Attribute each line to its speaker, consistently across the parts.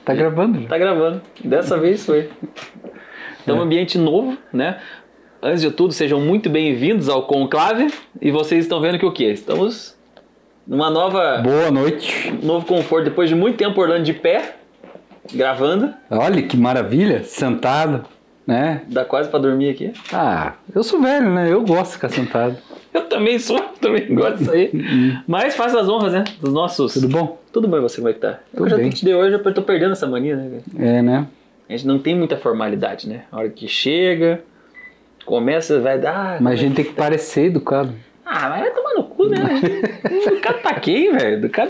Speaker 1: Tá gravando já.
Speaker 2: Tá gravando. Dessa vez foi. Então, ambiente novo, né? Antes de tudo, sejam muito bem-vindos ao Conclave. E vocês estão vendo que o quê? Estamos numa nova...
Speaker 1: Boa noite.
Speaker 2: Novo conforto. Depois de muito tempo orando de pé, gravando.
Speaker 1: Olha que maravilha, sentado, né?
Speaker 2: Dá quase pra dormir aqui.
Speaker 1: Ah, eu sou velho, né? Eu gosto de ficar sentado.
Speaker 2: Eu também sou, também gosto disso aí. Mas faça as honras, né? Dos nossos...
Speaker 1: Tudo bom?
Speaker 2: Tudo bem, você, como é que tá?
Speaker 1: Tudo
Speaker 2: eu já
Speaker 1: bem.
Speaker 2: te dei hoje, eu tô perdendo essa mania, né?
Speaker 1: É, né?
Speaker 2: A gente não tem muita formalidade, né? A hora que chega, começa, vai dar...
Speaker 1: Mas a gente tem que parecer educado.
Speaker 2: Ah, mas vai tomar no cu, né? Educado pra quem, velho? Educado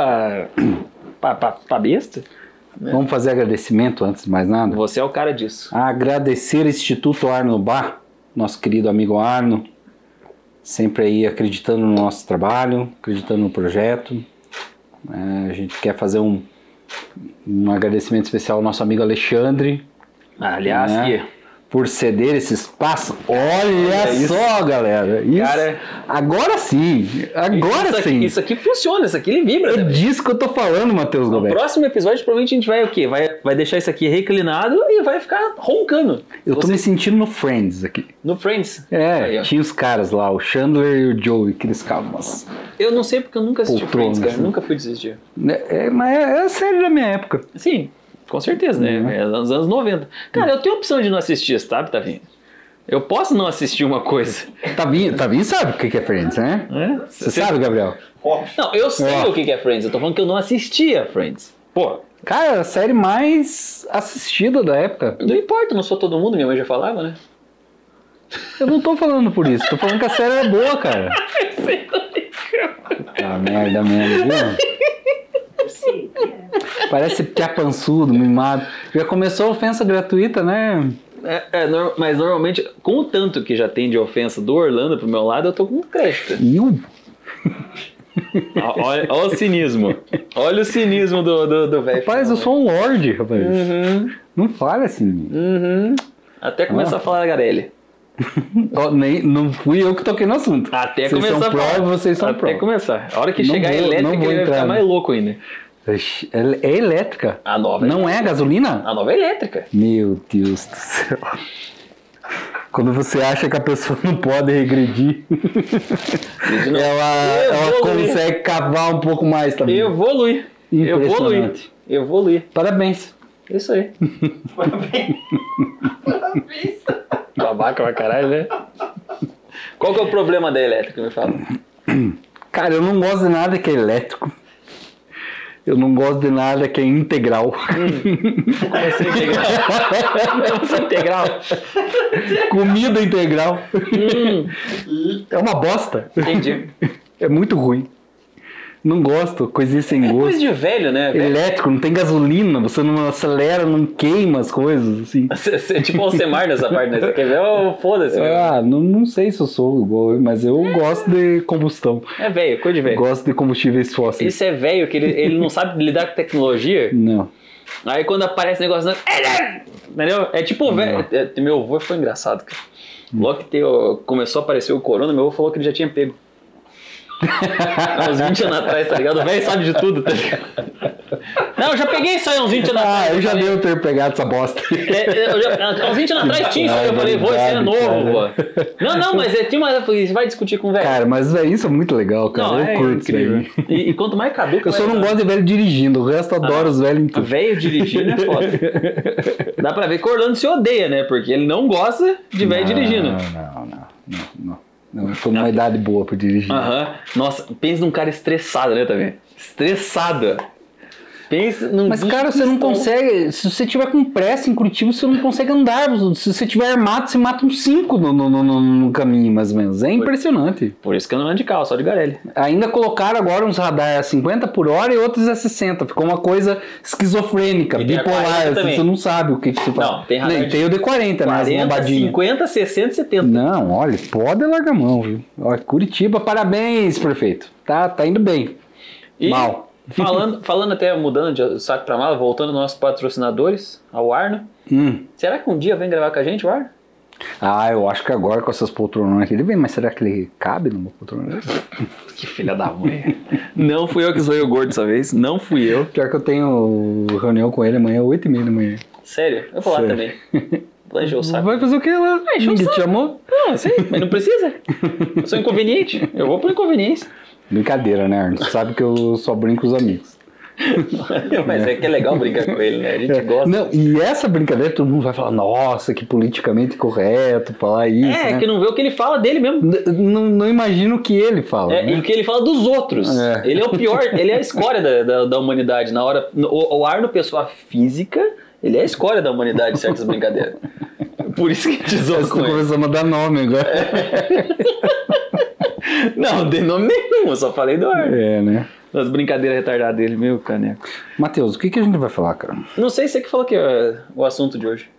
Speaker 2: pra besta?
Speaker 1: Vamos fazer agradecimento antes de mais nada?
Speaker 2: Você é o cara disso.
Speaker 1: Agradecer ao Instituto Arno Bar, nosso querido amigo Arno, sempre aí acreditando no nosso trabalho, acreditando no projeto. A gente quer fazer um agradecimento especial ao nosso amigo Alexandre.
Speaker 2: Aliás,
Speaker 1: né? Por ceder esse espaço. Olha só, galera. Isso.
Speaker 2: Cara,
Speaker 1: agora sim. Agora sim.
Speaker 2: Isso aqui funciona, isso aqui ele vibra.
Speaker 1: É disso que eu tô falando, Matheus
Speaker 2: No
Speaker 1: Gobert.
Speaker 2: próximo episódio, provavelmente a gente vai o quê? Vai deixar isso aqui reclinado e vai ficar roncando.
Speaker 1: Eu tô me sentindo no Friends aqui.
Speaker 2: No Friends?
Speaker 1: É,
Speaker 2: aí,
Speaker 1: tinha os caras lá, o Chandler e o Joey, que eles ficavam umas...
Speaker 2: Eu não sei porque eu nunca assisti
Speaker 1: Poltronas,
Speaker 2: Friends, cara.
Speaker 1: né?
Speaker 2: Nunca fui desistir.
Speaker 1: Mas é a série da minha época.
Speaker 2: Sim, com certeza, né? É nos anos 90. Cara, eu tenho a opção de não assistir, sabe, Tavinho? Eu posso não assistir uma coisa.
Speaker 1: Tavinho sabe o que é Friends, né?
Speaker 2: É?
Speaker 1: Você sabe, Gabriel?
Speaker 2: Não, eu sei o que é Friends. Eu tô falando que eu não assistia Friends. Pô,
Speaker 1: Cara, a série mais assistida da época.
Speaker 2: não importa, não sou todo mundo, minha mãe já falava, né?
Speaker 1: Eu não tô falando por isso, tô falando que a série é boa, cara. Ah, merda mesmo, viu?
Speaker 3: Sim,
Speaker 1: Parece piapançudo, mimado. Já começou a ofensa gratuita, né?
Speaker 2: Mas normalmente, com o tanto que já tem de ofensa do Orlando pro meu lado, eu tô com crédito. Olha o cinismo. Olha o cinismo do velho.
Speaker 1: Rapaz, eu sou um lorde, rapaz. Não fale assim.
Speaker 2: Até começar a falar da Garelli.
Speaker 1: Não fui eu que toquei no assunto.
Speaker 2: Até
Speaker 1: vocês
Speaker 2: começar
Speaker 1: são
Speaker 2: a falar.
Speaker 1: pró e vocês são
Speaker 2: Até
Speaker 1: pró.
Speaker 2: começar. A hora que
Speaker 1: Não
Speaker 2: chegar a
Speaker 1: vou
Speaker 2: elétrica, ele vai
Speaker 1: entrar,
Speaker 2: ficar
Speaker 1: né?
Speaker 2: mais louco ainda.
Speaker 1: É elétrica.
Speaker 2: A nova
Speaker 1: Não é a gasolina?
Speaker 2: A nova é elétrica.
Speaker 1: Meu Deus do céu. Quando você acha que a pessoa não pode regredir, ela consegue cavar um pouco mais também.
Speaker 2: Evolui.
Speaker 1: Impressionante.
Speaker 2: Evolui.
Speaker 1: Parabéns.
Speaker 2: Isso aí. Babaca pra caralho, né? Qual que é o problema da elétrica, me fala?
Speaker 1: Cara, eu não gosto de nada que é elétrico. Eu não gosto de nada que é integral.
Speaker 2: Como assim integral? Como assim integral?
Speaker 1: Comida integral. É uma bosta.
Speaker 2: Entendi.
Speaker 1: É muito ruim. Não gosto, coisinha sem
Speaker 2: É
Speaker 1: gosto.
Speaker 2: coisa de velho, né? Velho?
Speaker 1: Elétrico, não tem gasolina, você não acelera, não queima as coisas, assim.
Speaker 2: Você é tipo o Alcemar nessa parte, né? Você quer ver? Foda-se.
Speaker 1: Não sei se eu sou igual, mas eu gosto de combustão.
Speaker 2: É velho, coisa de velho.
Speaker 1: Gosto de combustíveis fósseis.
Speaker 2: Isso é velho, que ele não sabe lidar com tecnologia.
Speaker 1: Não.
Speaker 2: Aí quando aparece negócio... Entendeu? É tipo o velho... Meu avô foi engraçado, cara. Logo que começou a aparecer o corona, meu avô falou que ele já tinha pego. Há uns 20 anos atrás, tá ligado? O velho sabe de tudo, tá ligado? Não, eu já peguei isso aí uns 20 anos atrás.
Speaker 1: Eu já devo ter pegado essa bosta.
Speaker 2: Há uns 20 anos atrás tinha isso aí. Eu falei, vô, isso é novo, pô. Não, mas tinha uma... Você vai discutir com o velho.
Speaker 1: Cara, mas isso é muito legal, cara.
Speaker 2: Não,
Speaker 1: eu curto
Speaker 2: incrível.
Speaker 1: isso aí.
Speaker 2: E quanto mais caduco...
Speaker 1: Eu só não gosto de velho dirigindo, o resto eu adoro os velhos em tudo.
Speaker 2: Velho dirigindo é foda. Dá pra ver que o Orlando se odeia, né? Porque ele não gosta de velho dirigindo.
Speaker 1: Não. Eu tô numa idade boa pra dirigir.
Speaker 2: Nossa, pensa num cara estressado, né, também? Estressado. Pensa num...
Speaker 1: Mas, cara, você não consegue... Se você tiver com pressa em Curitiba, você não consegue andar. Se você tiver armado, você mata uns 5 no caminho, mais ou menos. É impressionante.
Speaker 2: Por isso que eu não ando de carro, só de Garelli.
Speaker 1: Ainda colocaram agora uns radar a 50 por hora e outros a 60. Ficou uma coisa esquizofrênica,
Speaker 2: E tem a
Speaker 1: bipolar.
Speaker 2: 40 também.
Speaker 1: Você não sabe o que você faz.
Speaker 2: Não, tem radar
Speaker 1: Tem o de 40, né? As
Speaker 2: 40,
Speaker 1: lombadinhas.
Speaker 2: 50, 60, 70.
Speaker 1: Não, olha, pode largar a mão, viu? Olha, Curitiba, parabéns, prefeito. Tá indo bem.
Speaker 2: E
Speaker 1: Mal.
Speaker 2: falando até, mudando de saco pra mala, voltando aos nossos patrocinadores, ao Arno. Será que um dia vem gravar com a gente, o Arno?
Speaker 1: Eu acho que agora com essas poltronas aqui ele vem, mas será que ele cabe numa poltrona?
Speaker 2: Que filha da mãe. Não fui eu que zoei o gordo dessa vez, não fui eu.
Speaker 1: Pior que eu tenho reunião com ele amanhã, 8h30 da manhã.
Speaker 2: Sério? Eu vou lá também. Vou encher o saco.
Speaker 1: Vai fazer o que lá? Ninguém te chamou?
Speaker 2: Não, sei, mas não precisa. Eu sou inconveniente, eu vou por inconveniência.
Speaker 1: Brincadeira, né, Arno? Sabe que eu só brinco com os amigos.
Speaker 2: Mas é que é legal brincar com ele, né? A gente gosta.
Speaker 1: Não, e essa brincadeira todo mundo vai falar, nossa, que politicamente correto falar isso, né?
Speaker 2: Que não vê o que ele fala dele mesmo.
Speaker 1: Não imagino o que ele fala, né?
Speaker 2: E o que ele fala dos outros. Ele é o pior, ele é a escória da humanidade. Na hora, o Arno, pessoa física, ele é a escória da humanidade, certas brincadeiras. Por isso que te zoou com ele.
Speaker 1: Começamos a dar nome agora.
Speaker 2: Não dei nome nenhum, eu só falei do Arno.
Speaker 1: Né?
Speaker 2: Das brincadeiras retardadas dele, meu caneco.
Speaker 1: Matheus, o que a gente vai falar, cara?
Speaker 2: Não sei, você que falou que é o assunto de hoje.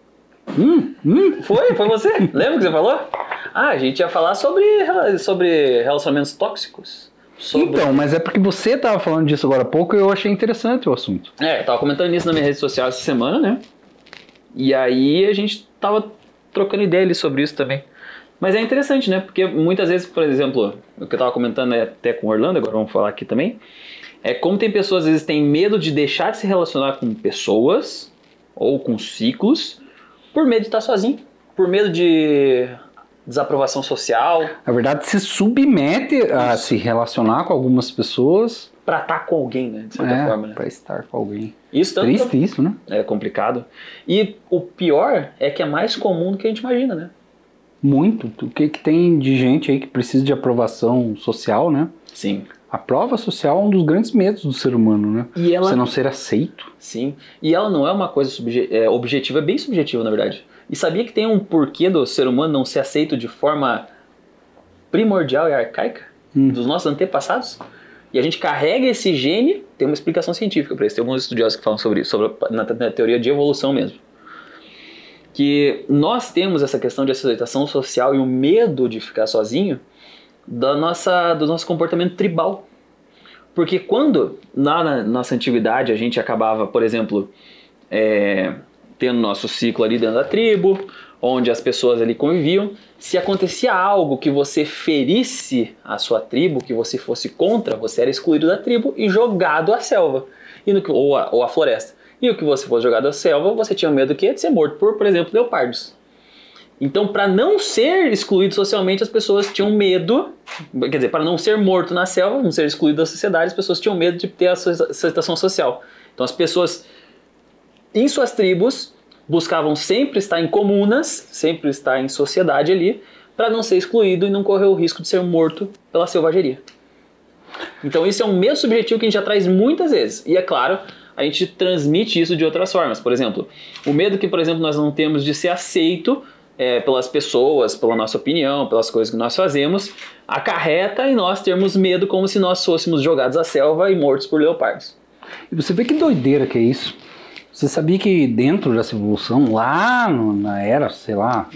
Speaker 2: Foi você? Lembra que você falou? A gente ia falar sobre relacionamentos tóxicos.
Speaker 1: Então, mas é porque você tava falando disso agora há pouco e eu achei interessante o assunto.
Speaker 2: Eu tava comentando isso na minha rede social essa semana, né? E aí a gente tava trocando ideia ali sobre isso também. Mas é interessante, né? Porque muitas vezes, por exemplo, o que eu tava comentando até com o Orlando, agora vamos falar aqui também, é como tem pessoas, às vezes, têm medo de deixar de se relacionar com pessoas ou com ciclos por medo de estar sozinho, por medo de desaprovação social.
Speaker 1: Na verdade, se submete a se relacionar com algumas pessoas
Speaker 2: pra estar com alguém, né? De certa forma, né?
Speaker 1: Pra estar com alguém.
Speaker 2: Isso
Speaker 1: Triste isso, né?
Speaker 2: É complicado. E o pior é que é mais comum do que a gente imagina, né?
Speaker 1: Muito. O que tem de gente aí que precisa de aprovação social, né?
Speaker 2: Sim.
Speaker 1: A prova social é um dos grandes medos do ser humano, né?
Speaker 2: E ela...
Speaker 1: Você não ser aceito.
Speaker 2: Sim. E ela não é uma coisa objetiva, é bem subjetiva, na verdade. E sabia que tem um porquê do ser humano não ser aceito de forma primordial e arcaica? Dos nossos antepassados? E a gente carrega esse gene, tem uma explicação científica para isso. Tem alguns estudiosos que falam sobre isso, na teoria de evolução mesmo. Que nós temos essa questão de aceitação social e o medo de ficar sozinho do nosso comportamento tribal. Porque quando, na nossa antiguidade, a gente acabava, por exemplo, tendo nosso ciclo ali dentro da tribo, onde as pessoas ali conviviam, se acontecia algo que você ferisse a sua tribo, que você fosse contra, você era excluído da tribo e jogado à selva, ou à floresta. E o que você fosse jogado à selva, você tinha medo de ser morto por exemplo, leopardos. Então, para não ser excluído socialmente, as pessoas tinham medo, quer dizer, para não ser morto na selva, não ser excluído da sociedade, as pessoas tinham medo de ter a aceitação social. Então, as pessoas, em suas tribos, buscavam sempre estar em comunas, sempre estar em sociedade ali, para não ser excluído e não correr o risco de ser morto pela selvageria. Então, isso é um medo subjetivo que a gente já traz muitas vezes. E, é claro, a gente transmite isso de outras formas. Por exemplo, o medo que, por exemplo, nós não temos de ser aceito pelas pessoas, pela nossa opinião, pelas coisas que nós fazemos, acarreta em nós termos medo como se nós fôssemos jogados à selva e mortos por leopardos.
Speaker 1: E você vê que doideira que é isso. Você sabia que dentro dessa evolução, lá na era, sei lá,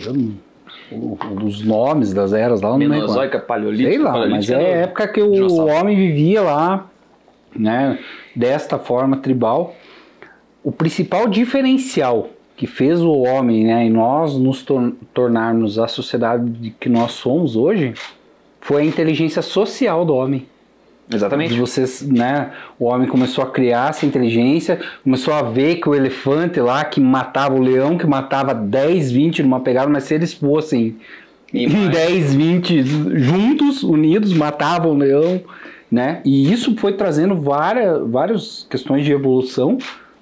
Speaker 1: os nomes das eras lá...
Speaker 2: Mesozoica, paleolítica...
Speaker 1: Sei lá, mas é a época que o homem vivia lá, né, desta forma tribal. O principal diferencial que fez o homem, né, e nós nos tornarmos a sociedade que nós somos hoje, foi a inteligência social do homem.
Speaker 2: Exatamente.
Speaker 1: Vocês, né, o homem começou a criar essa inteligência, começou a ver que o elefante lá que matava o leão, que matava 10, 20 numa pegada, mas se eles fossem em 10, 20 juntos, unidos, matavam o leão, né? E isso foi trazendo várias questões de evolução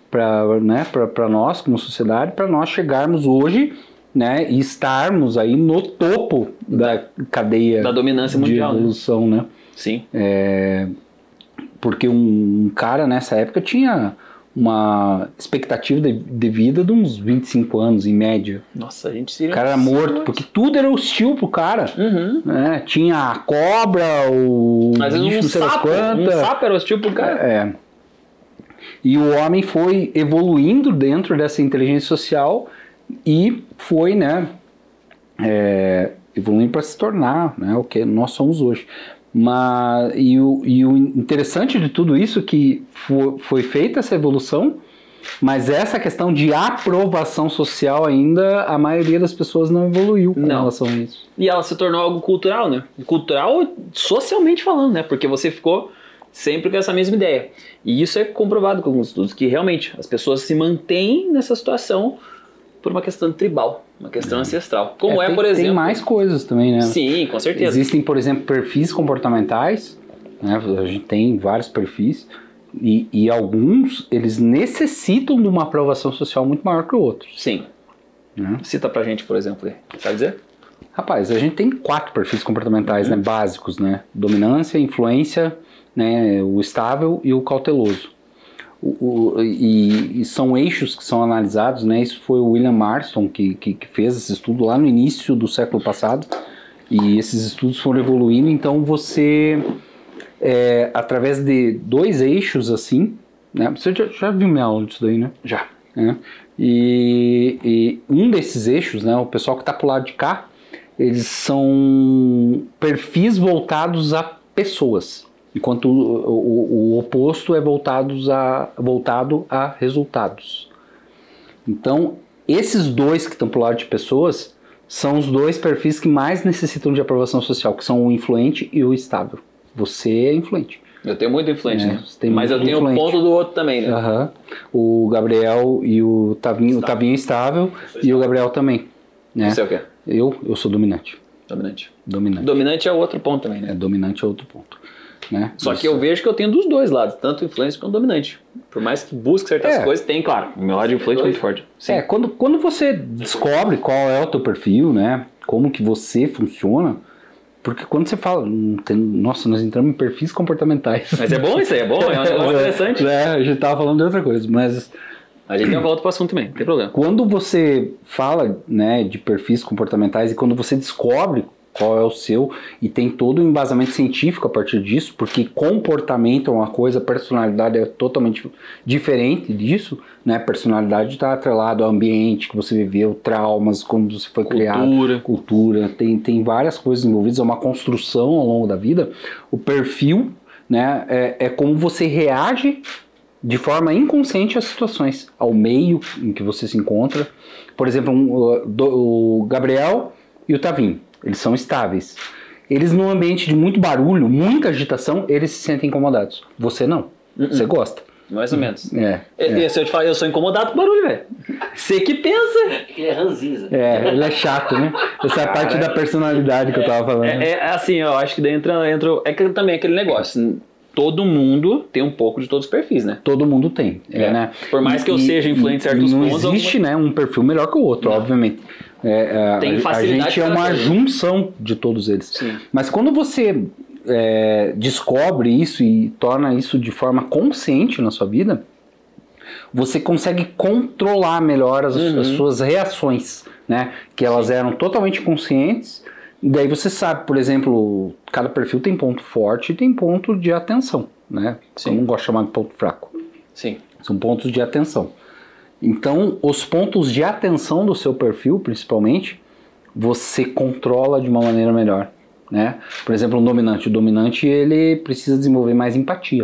Speaker 1: para nós como sociedade, para nós chegarmos hoje, né, e estarmos aí no topo da cadeia
Speaker 2: da dominância mundial,
Speaker 1: de evolução, né?
Speaker 2: Sim.
Speaker 1: Porque um cara nessa época tinha uma expectativa de vida de uns 25 anos, em média.
Speaker 2: Nossa, a gente seria...
Speaker 1: O cara era morto, porque tudo era hostil pro cara. Né? Tinha a cobra, o bicho, não sei das quantas.
Speaker 2: Um sapo era hostil pro cara.
Speaker 1: E o homem foi evoluindo dentro dessa inteligência social e foi, né, evoluindo para se tornar, né, o que nós somos hoje. E o interessante de tudo isso é que foi feita essa evolução Mas essa questão de aprovação social ainda, a maioria das pessoas não evoluiu com relação a isso.
Speaker 2: E ela se tornou algo cultural, né? Cultural socialmente falando, né? Porque você ficou sempre com essa mesma ideia. E isso é comprovado com alguns estudos, que realmente as pessoas se mantêm nessa situação por uma questão tribal, uma questão ancestral. Como por exemplo...
Speaker 1: Tem mais coisas também, né?
Speaker 2: Sim, com certeza.
Speaker 1: Existem, por exemplo, perfis comportamentais, né? A gente tem vários perfis, e alguns, eles necessitam de uma aprovação social muito maior que outros.
Speaker 2: Sim.
Speaker 1: Né?
Speaker 2: Cita pra gente, por exemplo, sabe dizer?
Speaker 1: Rapaz, a gente tem 4 perfis comportamentais, né, básicos, né? Dominância, influência, né, o estável e o cauteloso. E são eixos que são analisados, né? Isso foi o William Marston que fez esse estudo lá no início do século passado, e esses estudos foram evoluindo. Então você, através de 2 eixos assim, né? Você já viu minha aula disso daí, né?
Speaker 2: Já.
Speaker 1: E um desses eixos, né? O pessoal que está pro lado de cá, eles são perfis voltados a pessoas. Enquanto o oposto é voltado a resultados. Então, esses 2 que estão pro lado de pessoas são os 2 perfis que mais necessitam de aprovação social, que são o influente e o estável. Você é influente.
Speaker 2: Eu tenho muito influente, né?
Speaker 1: Mas
Speaker 2: eu tenho o ponto do outro também, né?
Speaker 1: O Gabriel e o Tavinho. O Tavinho é estável e o Gabriel também. Né?
Speaker 2: Você é o quê?
Speaker 1: Eu sou dominante.
Speaker 2: Dominante.
Speaker 1: Dominante
Speaker 2: é outro ponto também, né?
Speaker 1: Dominante é outro ponto. Né?
Speaker 2: Só que eu vejo que eu tenho dos 2 lados, tanto influência quanto dominante. Por mais que busque certas coisas, tem, claro. O meu lado de influente é muito forte. Sim.
Speaker 1: Quando você descobre qual é o teu perfil, né? Como que você funciona, porque quando você fala, nossa, nós entramos em perfis comportamentais.
Speaker 2: Mas é bom isso aí, é bom, é um negócio interessante.
Speaker 1: A gente tava falando de outra coisa, mas...
Speaker 2: A gente já volta pro assunto também, não tem problema.
Speaker 1: Quando você fala, né, de perfis comportamentais e quando você descobre qual é o seu, e tem todo um embasamento científico a partir disso, porque comportamento é uma coisa, personalidade é totalmente diferente disso, né? Personalidade está atrelado ao ambiente que você viveu, traumas, como você foi criado, cultura, tem várias coisas envolvidas, é uma construção ao longo da vida. O perfil, né, é como você reage de forma inconsciente às situações, ao meio em que você se encontra. Por exemplo, o Gabriel e o Tavinho, eles são estáveis. Eles, num ambiente de muito barulho, muita agitação, eles se sentem incomodados. Você não. Você gosta.
Speaker 2: Mais ou menos.
Speaker 1: Se
Speaker 2: eu te falar, eu sou incomodado com barulho, velho. Você que pensa.
Speaker 3: Ele é ranzinza.
Speaker 1: Ele é chato, né? Essa é a parte da personalidade que eu tava falando.
Speaker 2: Assim, eu acho que daí entra que também aquele negócio. Todo mundo tem um pouco de todos os perfis, né?
Speaker 1: Todo mundo tem, né?
Speaker 2: Por mais que eu seja influente em certos pontos...
Speaker 1: Não existe, né, um perfil melhor que o outro, obviamente.
Speaker 2: Tem facilidade.
Speaker 1: A gente é uma junção de todos eles.
Speaker 2: Sim.
Speaker 1: Mas quando você descobre isso e torna isso de forma consciente na sua vida, você consegue controlar melhor as suas reações, né? Que elas eram totalmente conscientes. Daí você sabe, por exemplo, cada perfil tem ponto forte e tem ponto de atenção, né?
Speaker 2: Sim.
Speaker 1: Eu não gosto de chamar de ponto fraco.
Speaker 2: Sim.
Speaker 1: São pontos de atenção. Então, os pontos de atenção do seu perfil, principalmente, você controla de uma maneira melhor, né? Por exemplo, um dominante. O dominante, ele precisa desenvolver mais empatia,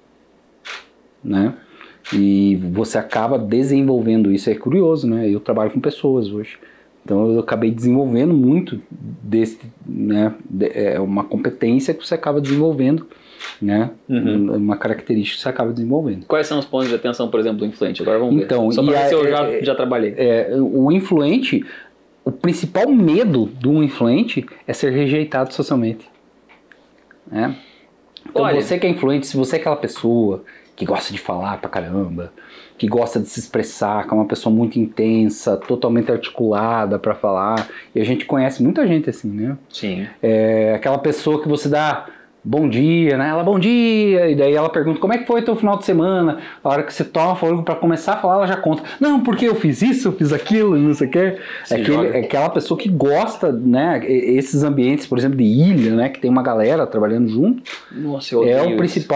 Speaker 1: né? E você acaba desenvolvendo isso. É curioso, né? Eu trabalho com pessoas hoje. Então eu acabei desenvolvendo muito desse, né? É uma competência que você acaba desenvolvendo, né? Uma característica que você acaba desenvolvendo.
Speaker 2: Quais são os pontos de atenção, por exemplo, do influente? Agora vamos ver.
Speaker 1: Então,
Speaker 2: só para ver se eu já trabalhei.
Speaker 1: O influente, o principal medo de um influente é ser rejeitado socialmente, né? Então você que é influente, se você é aquela pessoa que gosta de falar pra caramba, que gosta de se expressar, que é uma pessoa muito intensa, totalmente articulada para falar, e a gente conhece muita gente assim, né?
Speaker 2: Sim.
Speaker 1: Aquela pessoa que você dá bom dia, né? Ela, bom dia, e daí ela pergunta, como é que foi teu final de semana? A hora que você toma fôlego para começar a falar, ela já conta, não, porque eu fiz isso, eu fiz aquilo, não sei o quê. Aquela pessoa que gosta, né? Esses ambientes, por exemplo, de ilha, né? Que tem uma galera trabalhando junto.
Speaker 2: Nossa, eu odeio
Speaker 1: o principal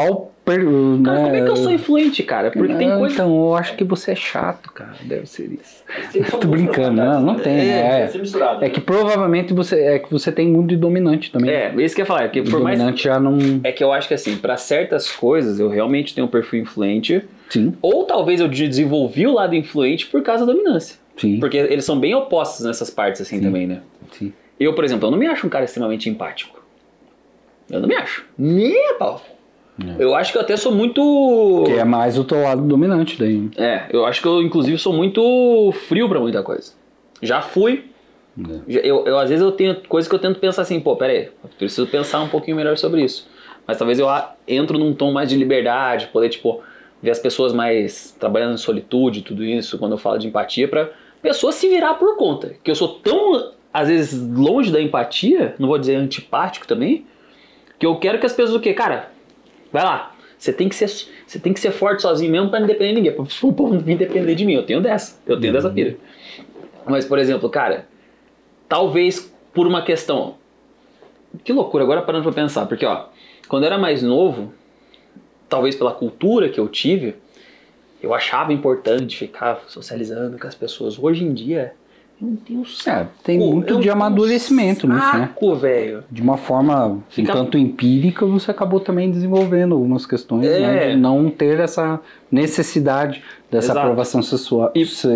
Speaker 2: Cara, como é que eu sou influente, cara? Porque tem coisa...
Speaker 1: Então, eu acho que você é chato, cara. Deve ser isso. Tô brincando, não tem. É que provavelmente você tem muito de dominante também.
Speaker 2: Isso que eu ia falar. Que por mais...
Speaker 1: dominante já não...
Speaker 2: É que eu acho que assim, pra certas coisas, eu realmente tenho um perfil influente.
Speaker 1: Sim.
Speaker 2: Ou talvez eu desenvolvi o lado influente por causa da dominância.
Speaker 1: Sim.
Speaker 2: Porque eles são bem opostos nessas partes, assim, também, né?
Speaker 1: Sim.
Speaker 2: Eu, por exemplo, eu não me acho um cara extremamente empático. Eu não me acho. Nem a pau. Eu acho que eu até sou muito...
Speaker 1: Que é mais o teu lado dominante daí.
Speaker 2: Eu acho que eu, inclusive, sou muito frio pra muita coisa. Já fui. Eu às vezes eu tenho coisas que eu tento pensar assim, pô, pera aí, eu preciso pensar um pouquinho melhor sobre isso. Mas talvez eu entro num tom mais de liberdade, poder, tipo, ver as pessoas mais trabalhando em solitude, tudo isso, quando eu falo de empatia, pra pessoa se virar por conta. Que eu sou tão, às vezes, longe da empatia, não vou dizer antipático também, que eu quero que as pessoas, o quê? Cara, vai lá, você tem que ser forte sozinho mesmo pra não depender de ninguém. O povo não vir depender de mim, eu tenho dessa pira. Mas, por exemplo, cara, talvez por uma questão... Que loucura, agora parando pra pensar, porque, ó, quando eu era mais novo, talvez pela cultura que eu tive, eu achava importante ficar socializando com as pessoas. Hoje em dia, eu não tenho saco.
Speaker 1: Tem muito de amadurecimento nisso, né?
Speaker 2: Velho.
Speaker 1: De uma forma um tanto empírica, você acabou também desenvolvendo algumas questões, né, de não ter essa necessidade dessa aprovação sexual.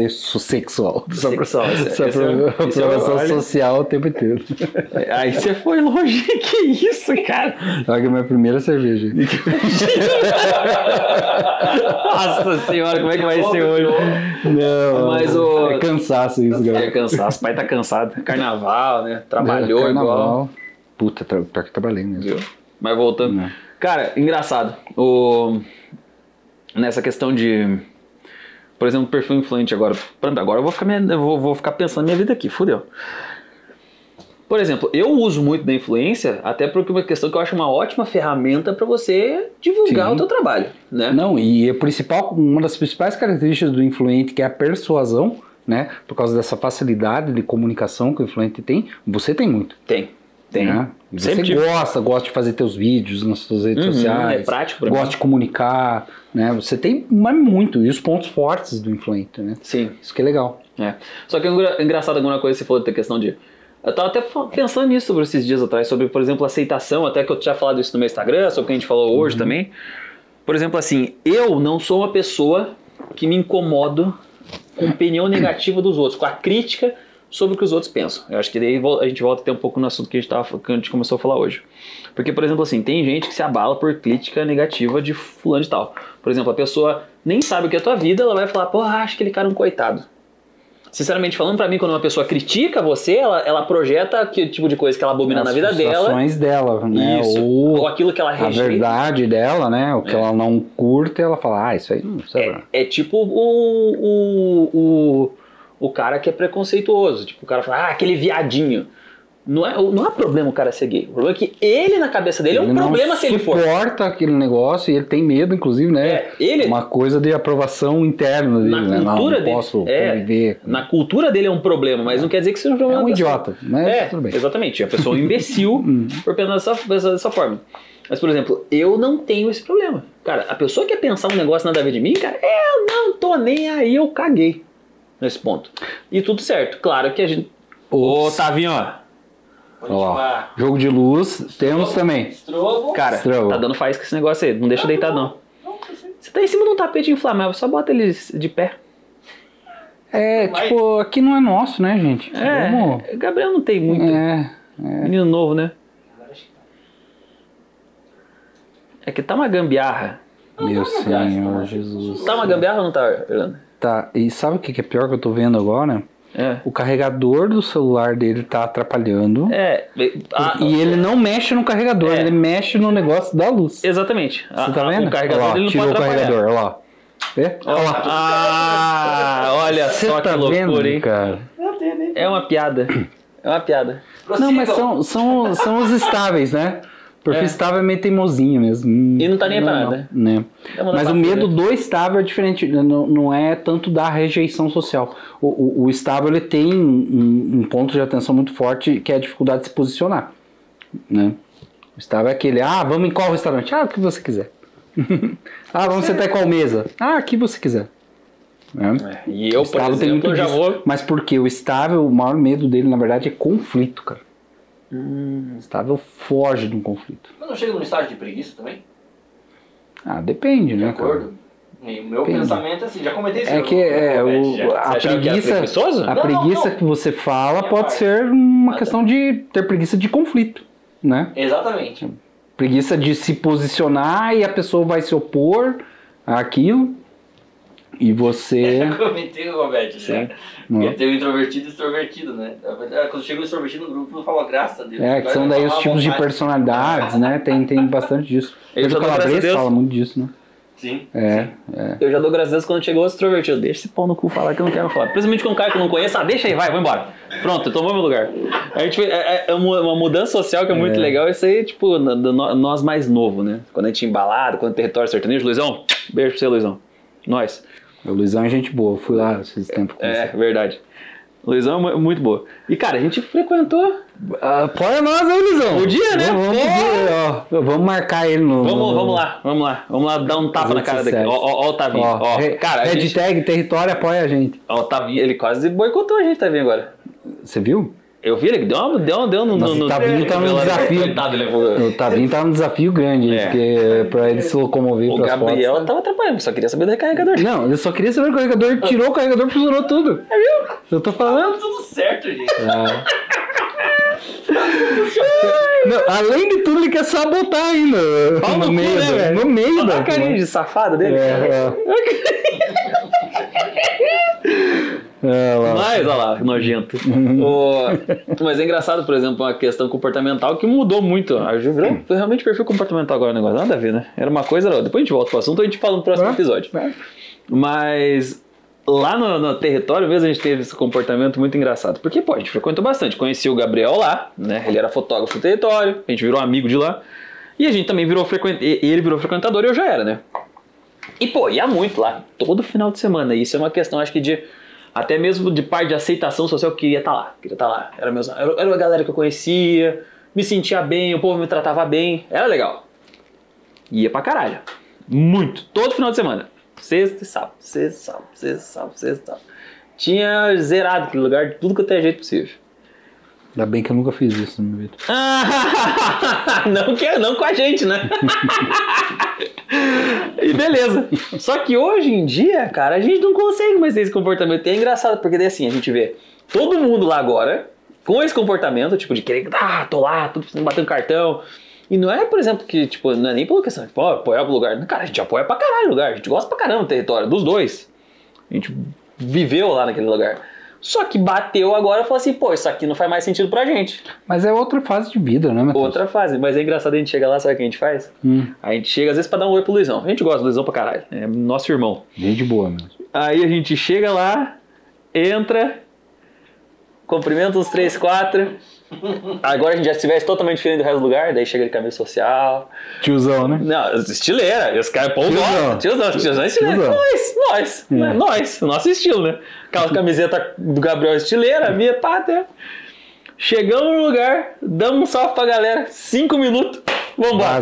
Speaker 1: Aprovação social o tempo inteiro.
Speaker 2: Aí você foi longe. Que isso, cara?
Speaker 1: Olha a minha primeira cerveja.
Speaker 2: Nossa senhora, como é que vai ser hoje?
Speaker 1: Não,
Speaker 2: mas
Speaker 1: é cansaço isso, galera.
Speaker 2: É cansaço, o pai tá cansado. Carnaval, né? Trabalhou carnaval. Igual.
Speaker 1: Puta, pior que trabalhei mesmo.
Speaker 2: Viu? Mas voltando. Cara, engraçado. Nessa questão de... Por exemplo, perfil influente agora. Agora eu vou ficar pensando na minha vida aqui, fudeu. Por exemplo, eu uso muito da influência, até porque é uma questão que eu acho uma ótima ferramenta para você divulgar o teu trabalho, né?
Speaker 1: Não, e uma das principais características do influente, que é a persuasão, né? Por causa dessa facilidade de comunicação que o influente tem, você tem muito.
Speaker 2: Tem.
Speaker 1: Né? Você gosta de fazer teus vídeos nas suas redes sociais.
Speaker 2: É prático pra mim.
Speaker 1: Gosta de comunicar, né? Você tem muito. E os pontos fortes do influente, né?
Speaker 2: Sim.
Speaker 1: Isso que é legal.
Speaker 2: Só que é engraçado alguma coisa que você falou da questão de... Eu tava até pensando nisso sobre esses dias atrás, sobre, por exemplo, aceitação, até que eu tinha falado isso no meu Instagram, sobre o que a gente falou hoje também. Por exemplo, assim, eu não sou uma pessoa que me incomodo com a opinião negativa dos outros, com a crítica sobre o que os outros pensam. Eu acho que daí a gente volta até um pouco no assunto que a gente começou a falar hoje. Porque, por exemplo, assim, tem gente que se abala por crítica negativa de fulano e tal. Por exemplo, a pessoa nem sabe o que é a tua vida, ela vai falar, acho aquele cara um coitado. Sinceramente falando, pra mim, quando uma pessoa critica você, ela projeta que tipo de coisa que ela abomina na vida dela. As
Speaker 1: frustrações dela, né?
Speaker 2: Isso. Ou aquilo que ela rejeita.
Speaker 1: A verdade dela, né? O que ela não curte, ela fala, isso aí não sei.
Speaker 2: É tipo o cara que é preconceituoso. Tipo, o cara fala, aquele viadinho. Não é problema o cara ser gay. O problema é que ele, na cabeça dele, é um problema se ele for.
Speaker 1: Ele suporta aquele negócio e ele tem medo, inclusive, né? Uma coisa de aprovação interna dele.
Speaker 2: Na cultura dele.
Speaker 1: Posso conviver.
Speaker 2: Na cultura dele é um problema, mas não quer dizer que seja um problema.
Speaker 1: É um idiota, mas tudo bem.
Speaker 2: Exatamente. A pessoa é um imbecil por pensar dessa forma. Mas, por exemplo, eu não tenho esse problema. Cara, a pessoa quer pensar um negócio nada a ver de mim, cara, eu não tô nem aí, eu caguei nesse ponto. E tudo certo. Claro que a gente... Ô, Tavinho, ó.
Speaker 1: Jogo de luz, temos também.
Speaker 2: Estrobo. Cara, tá dando faísca esse negócio aí, não deixa deitado não. Você tá em cima de um tapete inflamável, só bota ele de pé.
Speaker 1: Tipo, aqui não é nosso, né, gente?
Speaker 2: Gabriel não tem muito. Menino novo, né? É que tá uma gambiarra.
Speaker 1: Meu Senhor Jesus.
Speaker 2: Tá uma gambiarra ou não tá, Fernando?
Speaker 1: Tá, e sabe o que é pior que eu tô vendo agora? O carregador do celular dele tá atrapalhando. E ele não mexe no carregador, ele mexe no negócio da luz.
Speaker 2: Exatamente.
Speaker 1: Você tá vendo?
Speaker 2: O carregador dele não
Speaker 1: tirou
Speaker 2: pode
Speaker 1: o carregador, olha lá. Olha lá.
Speaker 2: Olha só que loucura,
Speaker 1: vendo,
Speaker 2: hein? Cara? É uma piada.
Speaker 1: Não, mas são os estáveis, né? O perfil estável é meio teimosinho mesmo.
Speaker 2: E não tá nem pra nada.
Speaker 1: Né? Mas o medo do estável é diferente, não é tanto da rejeição social. O estável ele tem um ponto de atenção muito forte, que é a dificuldade de se posicionar. Né? O estável é aquele, vamos em qual restaurante? O que você quiser. Ah, vamos sentar em qual mesa? Ah, aqui você quiser.
Speaker 2: E eu, por exemplo, já vou...
Speaker 1: Mas porque o estável, o maior medo dele, na verdade, é conflito, cara. O estável foge de um conflito.
Speaker 3: Mas não chega num estágio de preguiça também?
Speaker 1: Ah, depende,
Speaker 3: De
Speaker 1: né,
Speaker 3: acordo?
Speaker 1: cara?
Speaker 3: E o meu pensamento é assim, já comentei isso.
Speaker 1: É que a preguiça que você fala pode ser uma questão de ter preguiça de conflito, né?
Speaker 3: Exatamente.
Speaker 1: Preguiça de se posicionar e a pessoa vai se opor àquilo e você...
Speaker 3: Já comentei com o Roberto, né? Porque tem o introvertido e o extrovertido, né? Quando chega o extrovertido no grupo, eu falo, graças a Deus.
Speaker 1: Que são daí os tipos de personalidades, né? Tem bastante disso.
Speaker 2: Eu já
Speaker 1: O Calabrese fala muito disso, né?
Speaker 3: Sim.
Speaker 2: Eu já dou graças a Deus quando chegou o extrovertido. Deixa esse pau no cu falar que eu não quero falar. Principalmente com um cara que eu não conheço. Deixa aí, vai, vou embora. Pronto, tomou meu lugar. A gente é uma mudança social que é muito legal. Isso aí, tipo, nós mais novo, né? Quando a gente embalado, quando o território sertanejo. Luizão, beijo pra você, Luizão. Nós.
Speaker 1: O Luizão é gente boa. Eu fui lá esses tempos.
Speaker 2: Verdade. Luizão é muito boa. E, cara, a gente frequentou...
Speaker 1: Apoia nós aí, Luizão.
Speaker 2: O dia, né?
Speaker 1: Vamos marcar ele no...
Speaker 2: Vamos lá dar um tapa na cara daqui. Ó o Tavinho.
Speaker 1: Cara, hashtag território apoia a gente.
Speaker 2: Ó, o Tavinho, ele quase boicotou a gente, Tavinho, agora.
Speaker 1: Você viu?
Speaker 2: Eu vi, ele deu no...
Speaker 1: O Tavinho tá num desafio. O Tavinho tá num desafio grande, porque pra ele se locomover pras fotos.
Speaker 2: O Gabriel tava atrapalhando, só queria saber do recarregador.
Speaker 1: Não, ele só queria saber do carregador, ele tirou o carregador e funcionou tudo.
Speaker 2: Viu?
Speaker 1: Eu tô falando.
Speaker 3: Tá tudo certo, gente.
Speaker 1: Não, além de tudo, ele quer sabotar ainda. No meio, né, no meio da
Speaker 2: carinha de safado dele. Mas, olha lá, nojento. Mas é engraçado, por exemplo, uma questão comportamental que mudou muito. A Ju virou realmente perfil comportamental agora o negócio. Nada a ver, né? Era uma coisa, depois a gente volta pro assunto, a gente fala no próximo episódio. Mas lá no território mesmo a gente teve esse comportamento muito engraçado. Porque, a gente frequentou bastante. Conheci o Gabriel lá, né? Ele era fotógrafo do território, a gente virou amigo de lá. E a gente também virou ele virou frequentador e eu já era, né? E, ia muito lá, todo final de semana. E isso é uma questão, acho que até mesmo de parte de aceitação social, que queria estar lá. Era uma galera que eu conhecia, me sentia bem, o povo me tratava bem, era legal. Ia pra caralho. Muito. Todo final de semana. Sexta e sábado. Tinha zerado aquele lugar de tudo que até jeito possível.
Speaker 1: Ainda bem que eu nunca fiz isso na minha vida.
Speaker 2: Não com a gente, né? E beleza. Só que hoje em dia, cara, a gente não consegue mais ter esse comportamento. E é engraçado, porque daí assim, a gente vê todo mundo lá agora com esse comportamento, tipo, de querer, tô lá, tô precisando bater um cartão. E não é, por exemplo, que, tipo, não é nem pela questão de, apoiar pro lugar. Cara, a gente apoia pra caralho o lugar. A gente gosta pra caramba do território, dos dois. A gente viveu lá naquele lugar. Só que bateu agora e falou assim, isso aqui não faz mais sentido pra gente.
Speaker 1: Mas é outra fase de vida, né, Matheus?
Speaker 2: Outra fase, mas é engraçado, a gente chega lá, sabe o que a gente faz? A gente chega às vezes pra dar um oi pro Luizão. A gente gosta do Luizão pra caralho, é nosso irmão.
Speaker 1: Gente boa mesmo.
Speaker 2: Aí a gente chega lá, entra, cumprimenta uns 3, 4. Agora a gente já estivesse totalmente diferente do resto do lugar, daí chega de camisa social.
Speaker 1: Tiozão, né?
Speaker 2: Não, estileira. E os caras, tiozão estileira. Nós, o nosso estilo, né? Aquela camiseta do Gabriel estileira, a minha pátria. Chegamos no lugar, damos um salve pra galera, 5 minutos, vambora.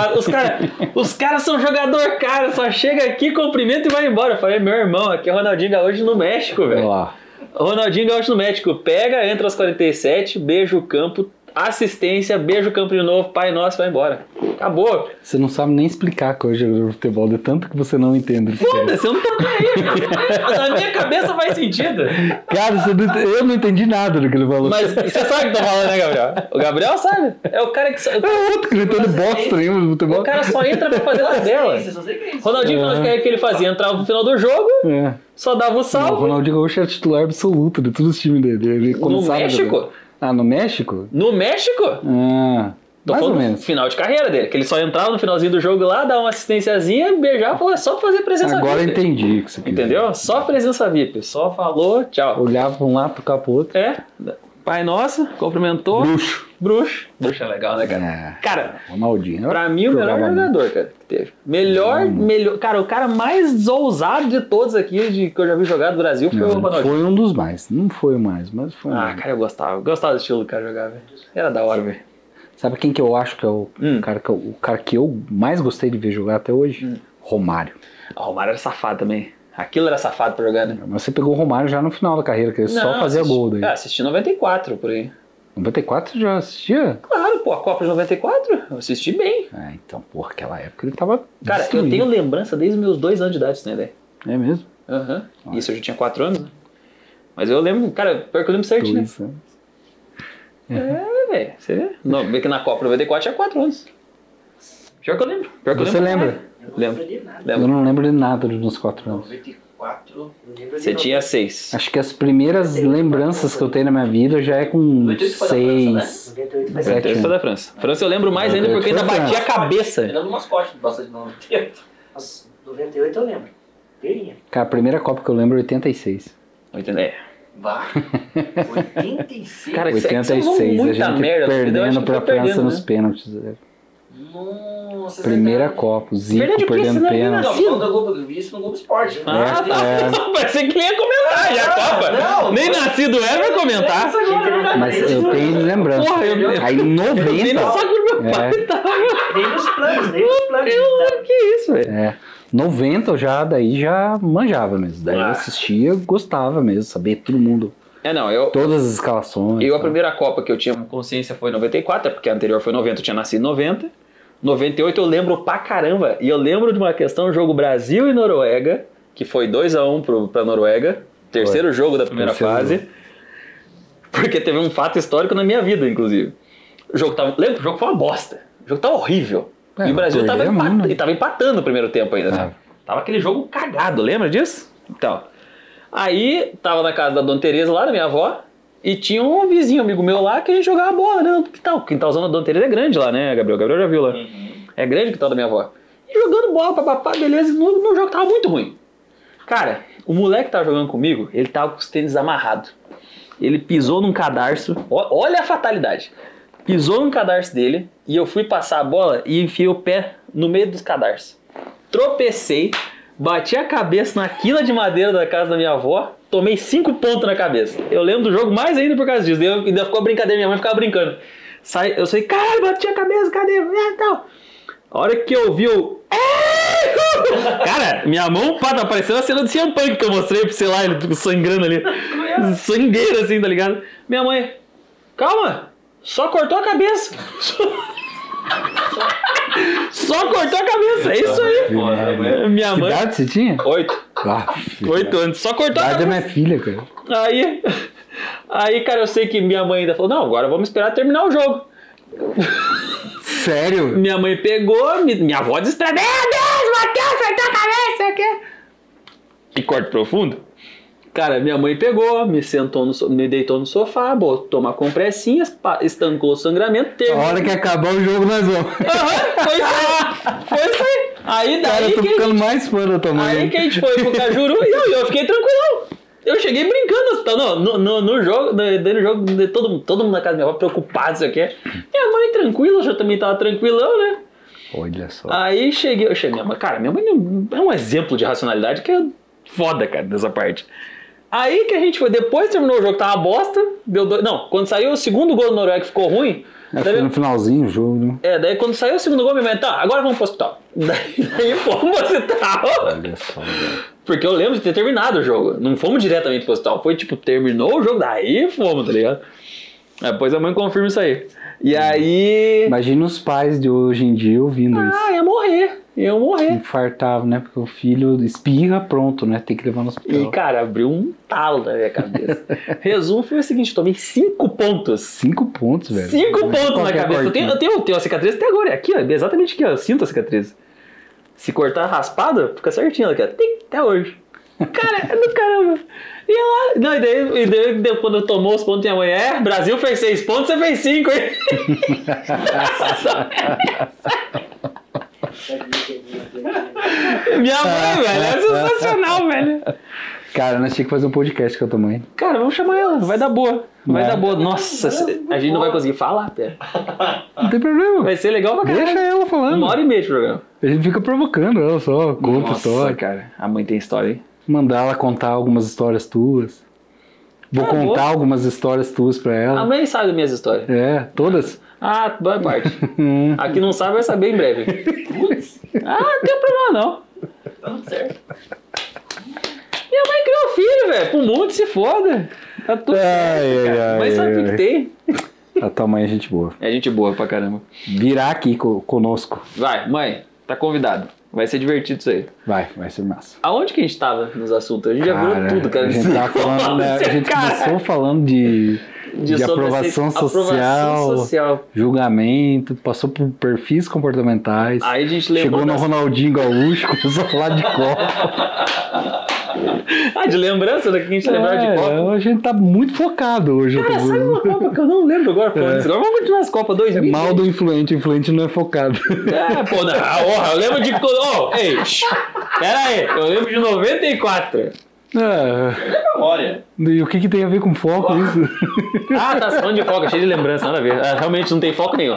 Speaker 2: Os caras são jogador, cara, só chega aqui, cumprimenta e vai embora. Eu falei, meu irmão, aqui é Ronaldinho Gaúcho no México, velho. Ronaldinho Gaúcho no México, pega, entra aos 47, beija o campo, assistência, beija o campo de novo, Pai Nosso, vai embora. Acabou.
Speaker 1: Você não sabe nem explicar que hoje é o futebol, de tanto que você não entende.
Speaker 2: Foda-se, eu não tô nem aí. Na minha cabeça faz sentido.
Speaker 1: Cara, eu não entendi nada do que ele falou.
Speaker 2: Mas você sabe o que eu tô falando, né, Gabriel? O Gabriel sabe. É o cara que...
Speaker 1: É outro que ele tá no boxe também, no futebol.
Speaker 2: O cara só entra pra fazer tabela. Ronaldinho, o que ele fazia? Entrava no final do jogo, só dava o salve.
Speaker 1: O Ronaldinho Gaúcho era titular absoluto de todos os times dele. Ele
Speaker 2: no México?
Speaker 1: No México?
Speaker 2: No México?
Speaker 1: Mais ou menos.
Speaker 2: Final de carreira dele, que ele só entrava no finalzinho do jogo lá, dava uma assistênciazinha, beijava, só pra fazer presença VIP.
Speaker 1: Agora entendi o que você quer.
Speaker 2: Entendeu? Só presença VIP. Só falou, tchau.
Speaker 1: Olhava pra um lado, tocava pro outro.
Speaker 2: Pai Nosso, cumprimentou. Bruxo é legal, né, cara? Cara,
Speaker 1: Ronaldinho.
Speaker 2: Pra mim, o melhor jogador, cara, que teve. Melhor. Cara, o cara mais ousado de todos aqui que eu já vi jogar do Brasil foi o Ronaldinho.
Speaker 1: Foi um dos mais. Não foi o mais, mas foi
Speaker 2: cara, eu gostava. Gostava do estilo do cara jogar, velho. Era da hora, velho.
Speaker 1: Sabe quem que eu acho que é o cara que eu mais gostei de ver jogar até hoje? Romário.
Speaker 2: O Romário era safado também. Aquilo era safado pra jogar, né?
Speaker 1: Mas você pegou o Romário já no final da carreira, que ele só fazia gol daí.
Speaker 2: Assisti 94 por aí.
Speaker 1: 94 você já assistia?
Speaker 2: Claro, pô, a Copa de 94, eu assisti bem.
Speaker 1: Então, porra, aquela época ele tava
Speaker 2: Cara,
Speaker 1: destruído.
Speaker 2: eu tenho lembrança desde os meus 2 anos de idade, né, velho?
Speaker 1: É mesmo?
Speaker 2: Isso eu já tinha 4 anos, né? Mas eu lembro, cara, pior que eu lembro certinho.
Speaker 1: 2 anos.
Speaker 2: Velho, você vê? Não, bem que na Copa 94 tinha 4 anos. Pior que eu lembro.
Speaker 1: Você lembra?
Speaker 2: Lembro.
Speaker 1: Eu não lembro de nada dos meus 4 anos.
Speaker 3: 94.
Speaker 2: Você tinha 6.
Speaker 1: Acho que as primeiras lembranças que eu tenho na minha vida já é com 6.
Speaker 2: 98 foi da França. França eu lembro mais ainda porque ainda batia a cabeça.
Speaker 3: Eu lembro do mascote bastante 98.
Speaker 4: 98 eu lembro. Inteirinha.
Speaker 1: Cara, a primeira Copa que eu lembro é 86.
Speaker 2: 80.
Speaker 3: Vá. 86.
Speaker 2: Cara,
Speaker 1: 86,
Speaker 2: muita
Speaker 1: a gente
Speaker 2: merda, eu acho
Speaker 1: perdendo
Speaker 2: que
Speaker 1: pra
Speaker 2: foi perdendo,
Speaker 1: França nos
Speaker 2: né?
Speaker 1: pênaltis.
Speaker 3: Nossa,
Speaker 1: Primeira
Speaker 3: verdade.
Speaker 1: Copa, o Zico
Speaker 2: Verdade, porque
Speaker 1: perdendo
Speaker 2: senão ele
Speaker 1: pênalti.
Speaker 3: Não, falando da Globo, eu vi isso no Globo Esporte.
Speaker 2: Ah, tá. Pensei que ia comentar já a Copa.
Speaker 3: não.
Speaker 2: Nem nascido era pra comentar.
Speaker 1: Mas eu tenho lembrança.
Speaker 2: Porra,
Speaker 1: Aí em 90.
Speaker 2: Nem no saco do meu pai tava.
Speaker 4: Nem nos planos, nem nos planos.
Speaker 2: Que isso, velho?
Speaker 1: 90 eu já manjava mesmo. Daí eu assistia, gostava mesmo, sabia todo mundo. Todas as escalações.
Speaker 2: A primeira Copa que eu tinha consciência foi em 94, porque a anterior foi 90, eu tinha nascido em 90. 98 eu lembro pra caramba. E eu lembro de uma questão, jogo Brasil e Noruega, que foi 2-1 pra Noruega. Terceiro jogo da primeira fase. Porque teve um fato histórico na minha vida, inclusive. O jogo foi uma bosta. O jogo tava horrível. E o Brasil tava empatando no primeiro tempo ainda, né? Tava aquele jogo cagado, lembra disso? Então, aí tava na casa da Dona Tereza lá, da minha avó, e tinha um vizinho amigo meu lá que a gente jogava bola, né? O quintalzão da Dona Tereza é grande lá, né, Gabriel? Gabriel já viu lá. É grande o quintal da minha avó. E jogando bola, papapá, beleza, no jogo tava muito ruim. Cara, o moleque que tava jogando comigo, ele tava com os tênis amarrados. Ele pisou num cadarço, olha a fatalidade. Pisou no cadarço dele e eu fui passar a bola e enfiei o pé no meio dos cadarços. Tropecei, bati a cabeça na quina de madeira da casa da minha avó, tomei 5 pontos na cabeça. Eu lembro do jogo mais ainda por causa disso. Ainda ficou brincadeira, minha mãe ficava brincando. Eu falei, caralho, bati a cabeça, cadê? Tal. A hora que eu vi, cara, minha mão tá parecendo a cena do CM Punk que eu mostrei pra você lá, ele sangrando ali. Sangueiro assim, tá ligado? Minha mãe, calma, só cortou a cabeça. Só cortou a cabeça, é isso aí. Minha mãe.
Speaker 1: Que idade você tinha?
Speaker 2: 8. 8 anos, só cortou a
Speaker 1: idade
Speaker 2: cabeça.
Speaker 1: é minha filha, cara.
Speaker 2: Aí, cara, eu sei que minha mãe ainda falou, não, agora vamos esperar terminar o jogo.
Speaker 1: Sério?
Speaker 2: Minha mãe pegou, minha avó desesperada, meu Deus, Matheus, cortou a cabeça aqui. E corte profundo. Cara, minha mãe pegou, me deitou no sofá, botou uma compressinha, estancou o sangramento.
Speaker 1: A hora que acabar o jogo, nós vamos.
Speaker 2: Foi isso aí. Aí daí.
Speaker 1: Cara, eu tô ficando mais fã da tua mãe.
Speaker 2: Aí que a gente foi pro Cajuru e eu fiquei tranquilão. Eu cheguei brincando no hospital, no jogo, todo mundo na casa da minha avó preocupado, isso aqui. Minha mãe tranquila, eu também tava tranquilão, né?
Speaker 1: Olha só.
Speaker 2: Aí cheguei, minha mãe, cara, minha mãe é um exemplo de racionalidade que é foda, cara, dessa parte. Aí que a gente foi, depois terminou o jogo, tava uma bosta, quando saiu o segundo gol do Noruega ficou ruim.
Speaker 1: Foi no finalzinho o jogo, né?
Speaker 2: Daí quando saiu o segundo gol, minha mãe, tá, agora vamos pro hospital. Daí fomos pro hospital.
Speaker 1: Olha só, velho.
Speaker 2: Porque eu lembro de ter terminado o jogo. Não fomos diretamente pro hospital. Foi tipo, terminou o jogo, daí fomos, tá ligado? Depois a mãe confirma isso aí. E aí...
Speaker 1: Imagina os pais de hoje em dia ouvindo isso.
Speaker 2: Ia morrer.
Speaker 1: Infartava, né? Porque o filho espirra, pronto, né? Tem que levar no hospital.
Speaker 2: E, cara, abriu um talo na minha cabeça. Resumo foi o seguinte, tomei 5 pontos.
Speaker 1: 5 pontos, velho.
Speaker 2: 5 pontos na cabeça. Eu tenho a cicatriz até agora. Aqui, ó. Exatamente aqui, ó. Eu sinto a cicatriz. Se cortar raspada, fica certinho aqui, ó. Até hoje. Cara, é do caramba. E lá, não, e daí quando tomou os pontos, minha mãe, Brasil fez 6 pontos, você fez 5, hein? Minha mãe, velho, é sensacional, velho.
Speaker 1: Cara, nós tínhamos que fazer um podcast com a tua mãe.
Speaker 2: Cara, vamos chamar ela, vai dar boa. Vai dar boa. Nossa, a gente não vai conseguir falar, Pé.
Speaker 1: Não tem problema.
Speaker 2: Vai ser legal pra caralho.
Speaker 1: Deixa ela falando.
Speaker 2: 1h30 de programa.
Speaker 1: A gente fica provocando ela só, conta história.
Speaker 2: Cara, a mãe tem história, hein?
Speaker 1: Mandar ela contar algumas histórias tuas. Vou contar algumas histórias tuas pra ela.
Speaker 2: A mãe sabe das minhas histórias.
Speaker 1: Todas.
Speaker 2: Ah, boa parte. Aqui não sabe, vai saber em breve.
Speaker 3: Putz,
Speaker 2: Não tem problema não.
Speaker 3: tá tudo certo.
Speaker 2: Minha mãe criou filho, velho. Pro mundo se foda. Tá tudo certo, cara. Mas sabe o que tem?
Speaker 1: A tua mãe é gente boa.
Speaker 2: É gente boa pra caramba.
Speaker 1: Virá aqui conosco.
Speaker 2: Vai, mãe, tá convidado. Vai ser divertido isso aí.
Speaker 1: Vai ser massa.
Speaker 2: Aonde que a gente tava nos assuntos? A gente já virou tudo, cara.
Speaker 1: A gente tava falando, né, a gente começou falando de aprovação social, julgamento, passou por perfis comportamentais.
Speaker 2: Aí a gente lembrou
Speaker 1: chegou no Ronaldinho Gaúcho, começou a falar de Copa.
Speaker 2: De lembrança daqui que a gente lembrava de Copa.
Speaker 1: A gente tá muito focado hoje.
Speaker 2: Cara, sabe uma Copa que eu não lembro agora falando isso? Agora vamos continuar as Copas 2000.
Speaker 1: Mal do influente, o influente não é focado.
Speaker 2: Pô, não, eu lembro de... Ei, pera aí, eu lembro de 94.
Speaker 3: Memória.
Speaker 1: E o que tem a ver com foco isso?
Speaker 2: Tá falando de foco, cheio de lembrança, nada a ver. Realmente não tem foco nenhum.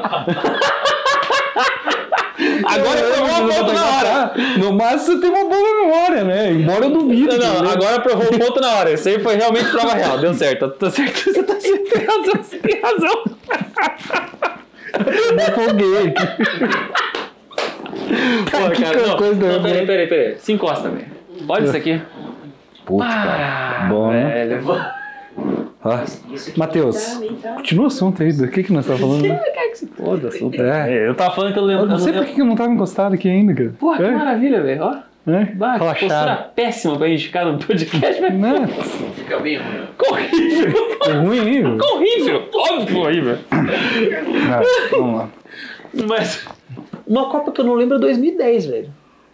Speaker 2: Agora provou um ponto na hora.
Speaker 1: No máximo você tem uma boa memória, né? Embora eu duvide.
Speaker 2: Não, agora provou um ponto na hora. Isso aí foi realmente prova real. Deu certo. Tá certo. Você tá certo. Você tem razão.
Speaker 1: Eu folguei aqui.
Speaker 2: Pô, cara, não, peraí. Se encosta, velho. Olha isso aqui.
Speaker 1: Puta, cara. Bom, né?
Speaker 2: Velho.
Speaker 1: Matheus, continua o assunto aí. Do que nós estamos falando?
Speaker 2: Quer que se foda o assunto. Eu tava falando que eu lembro.
Speaker 1: Eu não sei por que eu não tava encostado aqui ainda, cara.
Speaker 2: Porra, que maravilha, velho. Ó. Que postura péssima pra gente ficar no podcast, velho.
Speaker 1: Não.
Speaker 3: Fica bem ruim.
Speaker 2: Horrível.
Speaker 1: É ruim aí, velho.
Speaker 2: Horrível. Óbvio que horrível.
Speaker 1: Vamos lá.
Speaker 2: Mas uma Copa que eu não lembro é 2010, velho.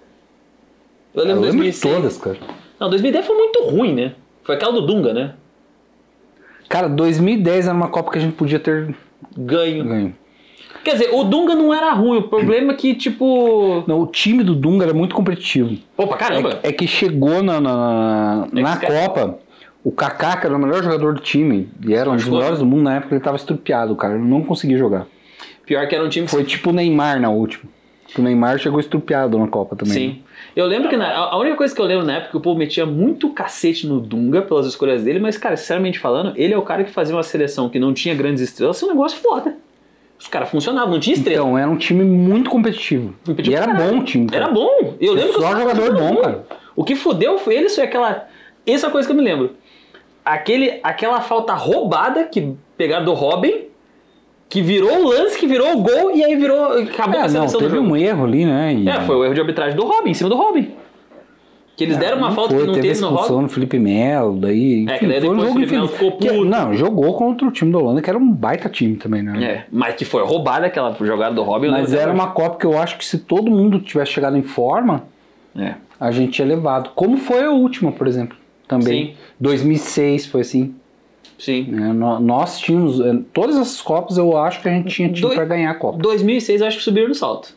Speaker 2: Eu lembro 2006.
Speaker 1: Todas, cara.
Speaker 2: Não, 2010 foi muito ruim, né? Foi aquela do Dunga, né?
Speaker 1: Cara, 2010 era uma Copa que a gente podia ter
Speaker 2: ganho. Quer dizer, o Dunga não era ruim, o problema é que, tipo...
Speaker 1: Não, o time do Dunga era muito competitivo.
Speaker 2: Opa, caramba!
Speaker 1: É que chegou na Copa, o Kaká, que era o melhor jogador do time, e era um dos melhores do mundo na época, ele tava estrupiado, cara, ele não conseguia jogar.
Speaker 2: Pior que era um time...
Speaker 1: Foi tipo o Neymar na última. O Neymar chegou estrupiado na Copa também.
Speaker 2: Sim. Eu lembro que a única coisa que eu lembro na época é que o povo metia muito cacete no Dunga pelas escolhas dele, mas, cara, sinceramente falando, ele é o cara que fazia uma seleção que não tinha grandes estrelas, isso é um negócio foda. Os caras funcionavam, não tinha estrela.
Speaker 1: Então, era um time muito competitivo. E era bom o time, cara.
Speaker 2: Era bom. Eu lembro que
Speaker 1: só jogador bom, cara.
Speaker 2: O que fodeu foi ele, foi aquela... Essa é a coisa que eu me lembro. Aquela falta roubada que pegaram do Robin, que virou o lance, que virou o gol, e aí acabou com a seleção do jogo.
Speaker 1: Teve um erro ali, né?
Speaker 2: Foi o erro de arbitragem do Robin, em cima do Robin. Que eles deram uma falta que não teve no Robin.
Speaker 1: Expulsão no Felipe Melo, daí...
Speaker 2: Enfim, que daí depois o Felipe Melo ficou puto.
Speaker 1: Não, jogou contra o time da Holanda, que era um baita time também, né?
Speaker 2: Mas que foi roubada aquela jogada do Robin.
Speaker 1: Mas era uma Copa que eu acho que se todo mundo tivesse chegado em forma, a gente tinha levado. Como foi a última, por exemplo, também. Sim. 2006 foi assim.
Speaker 2: Sim.
Speaker 1: Nós tínhamos... Todas essas Copas eu acho que a gente tinha time pra ganhar a Copa.
Speaker 2: 2006 eu acho que subiram no salto.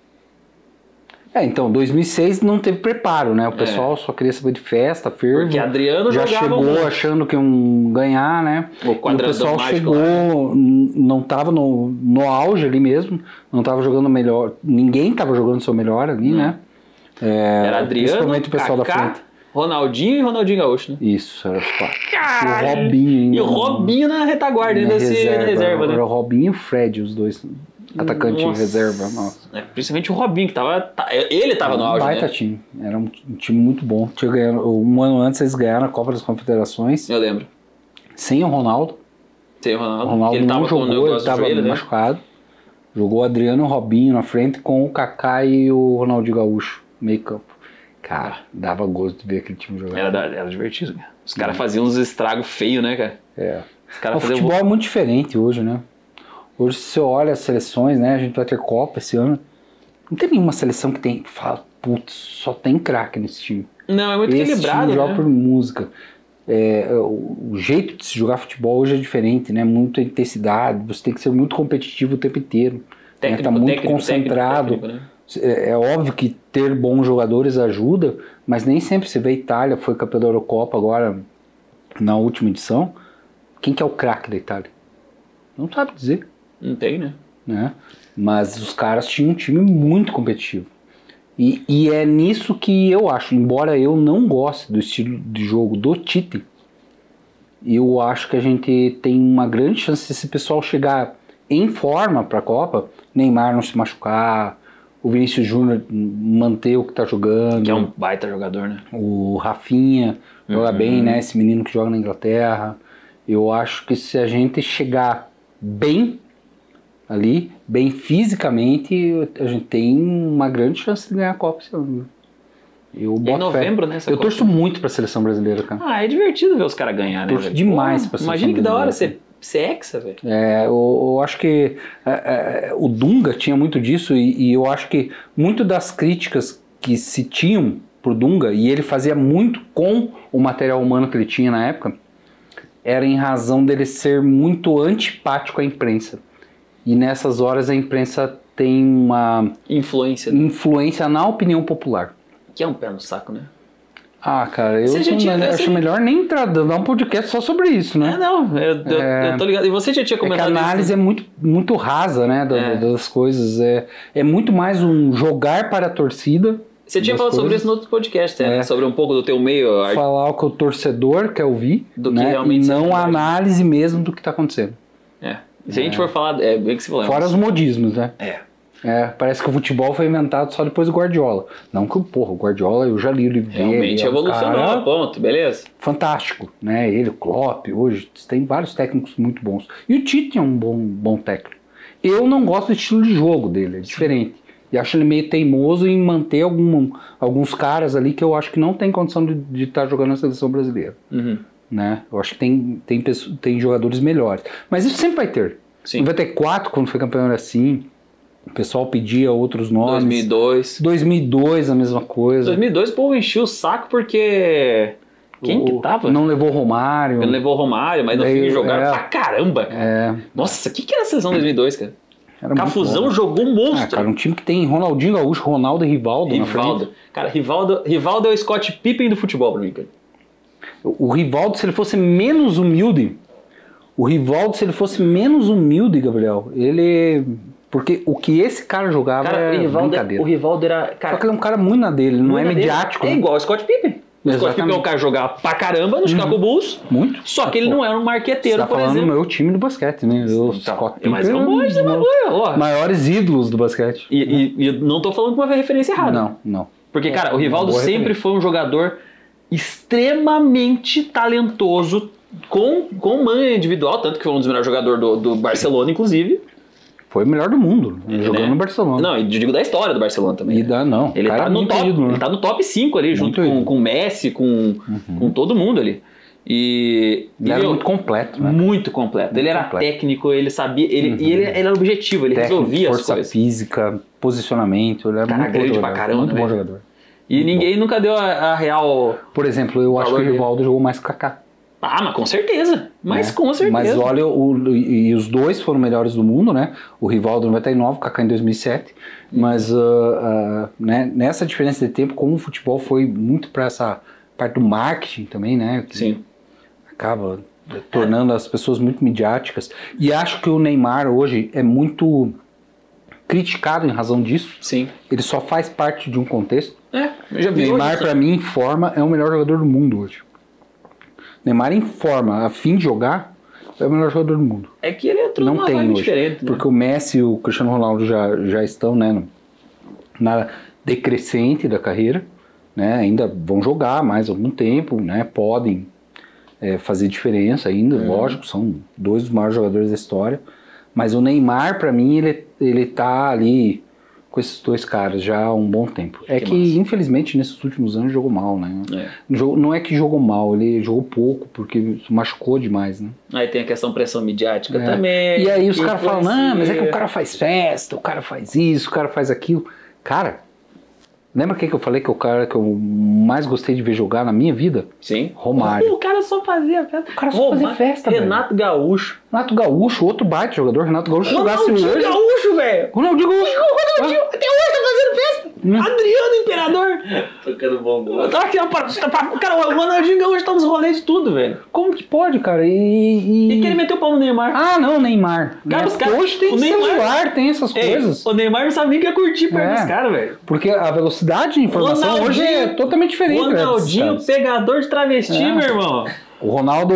Speaker 1: Então, 2006 não teve preparo, né? O pessoal só queria saber de festa, fervo.
Speaker 2: Porque Adriano
Speaker 1: já chegou achando que iam ganhar, né? O pessoal chegou, não tava no auge ali mesmo, não tava jogando melhor, ninguém tava jogando seu melhor ali, né?
Speaker 2: Era Adriano,
Speaker 1: principalmente o pessoal
Speaker 2: Kaká,
Speaker 1: da frente.
Speaker 2: Ronaldinho e Ronaldinho Gaúcho, né?
Speaker 1: Isso, era os quatro.
Speaker 2: Caralho.
Speaker 1: E o Robinho ainda.
Speaker 2: E o Robinho na retaguarda, ainda na reserva, né?
Speaker 1: Era o Robinho e o Fred, os dois atacante reserva. Nossa.
Speaker 2: Principalmente o Robinho, que ele tava no auge,
Speaker 1: baita time. Era um time muito bom. Tinha ganhado, um ano antes eles ganharam a Copa das Confederações.
Speaker 2: Eu lembro.
Speaker 1: Sem o Ronaldo.
Speaker 2: Sem o Ronaldo.
Speaker 1: O Ronaldo ele não jogou, ele estava machucado. Jogou o Adriano e o Robinho na frente com o Kaká e o Ronaldinho Gaúcho, meio campo. Cara, dava gosto de ver aquele time jogar.
Speaker 2: Era divertido, cara. Os caras faziam uns estragos feios, né, cara?
Speaker 1: O futebol é muito diferente hoje, né? Hoje, se você olha as seleções, né? A gente vai ter Copa esse ano. Não tem nenhuma seleção que fala, putz, só tem craque nesse time.
Speaker 2: Não, é muito equilibrado,
Speaker 1: time joga por música. O jeito de se jogar futebol hoje é diferente, né? Muita intensidade, você tem que ser muito competitivo o tempo inteiro. Tá muito concentrado.
Speaker 2: Técnico, né?
Speaker 1: É óbvio que ter bons jogadores ajuda, mas nem sempre você vê a Itália, foi campeã da Eurocopa agora, na última edição. Quem que é o craque da Itália? Não sabe dizer.
Speaker 2: Não tem, né?
Speaker 1: Mas os caras tinham um time muito competitivo. E é nisso que eu acho, embora eu não goste do estilo de jogo do Tite, eu acho que a gente tem uma grande chance, se esse pessoal chegar em forma para a Copa, Neymar não se machucar, o Vinícius Júnior manter o que tá jogando.
Speaker 2: Que é um baita jogador, né?
Speaker 1: O Rafinha joga bem, né? Esse menino que joga na Inglaterra. Eu acho que se a gente chegar bem ali, bem fisicamente, a gente tem uma grande chance de ganhar a Copa esse ano. Eu boto
Speaker 2: em novembro, né?
Speaker 1: Eu torço muito pra seleção brasileira, cara.
Speaker 2: É divertido ver os caras ganhar, né?
Speaker 1: Torço demais pra seleção
Speaker 2: Imagina que da hora
Speaker 1: brasileira.
Speaker 2: ser hexa, velho.
Speaker 1: Eu acho que o Dunga tinha muito disso e eu acho que muito das críticas que se tinham pro Dunga, e ele fazia muito com o material humano que ele tinha na época, era em razão dele ser muito antipático à imprensa. E nessas horas a imprensa tem uma influência na opinião popular.
Speaker 2: Que é um pé no saco, né?
Speaker 1: Ah, cara, eu acho melhor nem dar um podcast só sobre isso, né?
Speaker 2: Eu tô ligado. E você já tinha comentado
Speaker 1: isso. A análise é muito, muito rasa, né, das coisas. É muito mais um jogar para a torcida.
Speaker 2: Você tinha falado sobre isso no outro podcast, né? Sobre um pouco do teu meio.
Speaker 1: Falar o que o torcedor quer ouvir,
Speaker 2: do
Speaker 1: né?
Speaker 2: Que realmente
Speaker 1: e não a análise mesmo do que está acontecendo.
Speaker 2: Se a gente for falar... bem que você falou.
Speaker 1: Fora os modismos, né? Parece que o futebol foi inventado só depois do Guardiola. Não que, o Guardiola, eu já li o livro dele.
Speaker 2: Realmente evolucionou, ponto, beleza?
Speaker 1: Fantástico, né? Ele, o Klopp, hoje, tem vários técnicos muito bons. E o Tite é um bom técnico. Eu não gosto do estilo de jogo dele, é diferente. E acho ele meio teimoso em manter alguns caras ali que eu acho que não tem condição de estar jogando na seleção brasileira. Né? Eu acho que tem jogadores melhores. Mas isso sempre vai ter.
Speaker 2: Sim.
Speaker 1: Não vai ter 4 quando foi campeão era assim. O pessoal pedia outros nomes. 2002 a mesma coisa.
Speaker 2: 2002 o povo encheu o saco porque... Quem que tava?
Speaker 1: Não levou Romário.
Speaker 2: Não levou Romário, mas no fim jogaram pra caramba. Nossa, o que era a seleção 2002, cara? Cafuzão jogou um monstro.
Speaker 1: Cara, um time que tem Ronaldinho Gaúcho, Ronaldo e Rivaldo na frente.
Speaker 2: Cara, Rivaldo é o Scott Pippen do futebol pra mim, cara.
Speaker 1: O Rivaldo, se ele fosse menos humilde... Gabriel, ele... Porque o que esse cara jogava era brincadeira.
Speaker 2: O Rivaldo era...
Speaker 1: Só que ele é um cara muito na dele, ele não é mediático.
Speaker 2: É igual o Scott Pippen. O Scott Pippen é um cara que jogava pra caramba no Chicago Bulls.
Speaker 1: Muito.
Speaker 2: Só que ele não era um marqueteiro,
Speaker 1: por exemplo. Você tá falando do meu time do basquete, né? O Scott Pippen
Speaker 2: mas é um monte de bagulho.
Speaker 1: Maiores ídolos do basquete.
Speaker 2: E não tô falando com uma referência errada.
Speaker 1: Não.
Speaker 2: Porque, cara, o Rivaldo sempre foi um jogador extremamente talentoso, com manha individual, tanto que foi um dos melhores jogadores do Barcelona, inclusive.
Speaker 1: Foi o melhor do mundo, jogando no Barcelona.
Speaker 2: Não, e digo da história do Barcelona também.
Speaker 1: Ele
Speaker 2: tá no top,
Speaker 1: ídolo, né?
Speaker 2: Ele tá no top 5 ali, junto com o Messi, com todo mundo ali. E
Speaker 1: ele era muito completo, né?
Speaker 2: Muito completo. Ele era técnico, ele sabia, e ele era objetivo, ele resolvia as coisas.
Speaker 1: Força física, posicionamento, ele era muito
Speaker 2: grande pra caramba,
Speaker 1: muito bom jogador.
Speaker 2: E ninguém nunca deu a real...
Speaker 1: Por exemplo, eu acho que o Rivaldo jogou mais que o Kaká.
Speaker 2: Ah, mas com certeza. Com certeza.
Speaker 1: Mas olha, e os dois foram melhores do mundo, né? O Rivaldo em 99, o Kaká em 2007. Mas né, nessa diferença de tempo, como o futebol foi muito para essa parte do marketing também, né? Que acaba tornando as pessoas muito midiáticas. E acho que o Neymar hoje é muito criticado em razão disso.
Speaker 2: Sim.
Speaker 1: Ele só faz parte de um contexto.
Speaker 2: Eu já vi.
Speaker 1: Neymar, para mim, em forma, é o melhor jogador do mundo hoje. Neymar em forma, a fim de jogar, é o melhor jogador do mundo.
Speaker 2: É que ele entrou numa vibe diferente, né?
Speaker 1: Porque o Messi e o Cristiano Ronaldo já estão, né, na decrescente da carreira, né, ainda vão jogar mais algum tempo, né, podem fazer diferença ainda, lógico, são dois dos maiores jogadores da história, mas o Neymar, para mim, ele tá ali com esses dois caras já há um bom tempo. Que infelizmente, nesses últimos anos jogou mal, né? Não é que jogou mal, ele jogou pouco, porque machucou demais, né?
Speaker 2: Aí tem a questão pressão midiática também.
Speaker 1: E aí os caras falam, não, mas é que o cara faz festa, o cara faz isso, o cara faz aquilo. Cara, lembra quem que eu falei que é o cara que eu mais gostei de ver jogar na minha vida?
Speaker 2: Sim.
Speaker 1: Romário.
Speaker 2: O cara só fazia festa.
Speaker 1: O cara só fazia festa,
Speaker 2: Renato Gaúcho.
Speaker 1: Renato Gaúcho, outro baita jogador. Renato Gaúcho jogasse hoje.
Speaker 2: Ronaldinho Gaúcho, velho.
Speaker 1: Ronaldinho Gaúcho.
Speaker 2: Até hoje tá fazendo festa. Adriano Imperador.
Speaker 3: Tocando bomba.
Speaker 2: Cara, o Ronaldinho Gaúcho tá nos rolês de tudo, velho.
Speaker 1: Como que pode, cara?
Speaker 2: E que ele meteu o pau no Neymar.
Speaker 1: Ah, não, Neymar.
Speaker 2: Cara, os caras...
Speaker 1: Hoje tem celular, tem essas coisas.
Speaker 2: O Neymar não sabe nem o que é curtir perto dos caras, velho.
Speaker 1: Porque a velocidade de informação hoje é totalmente diferente.
Speaker 2: Ronaldinho, pegador de travesti, meu irmão.
Speaker 1: O Ronaldão.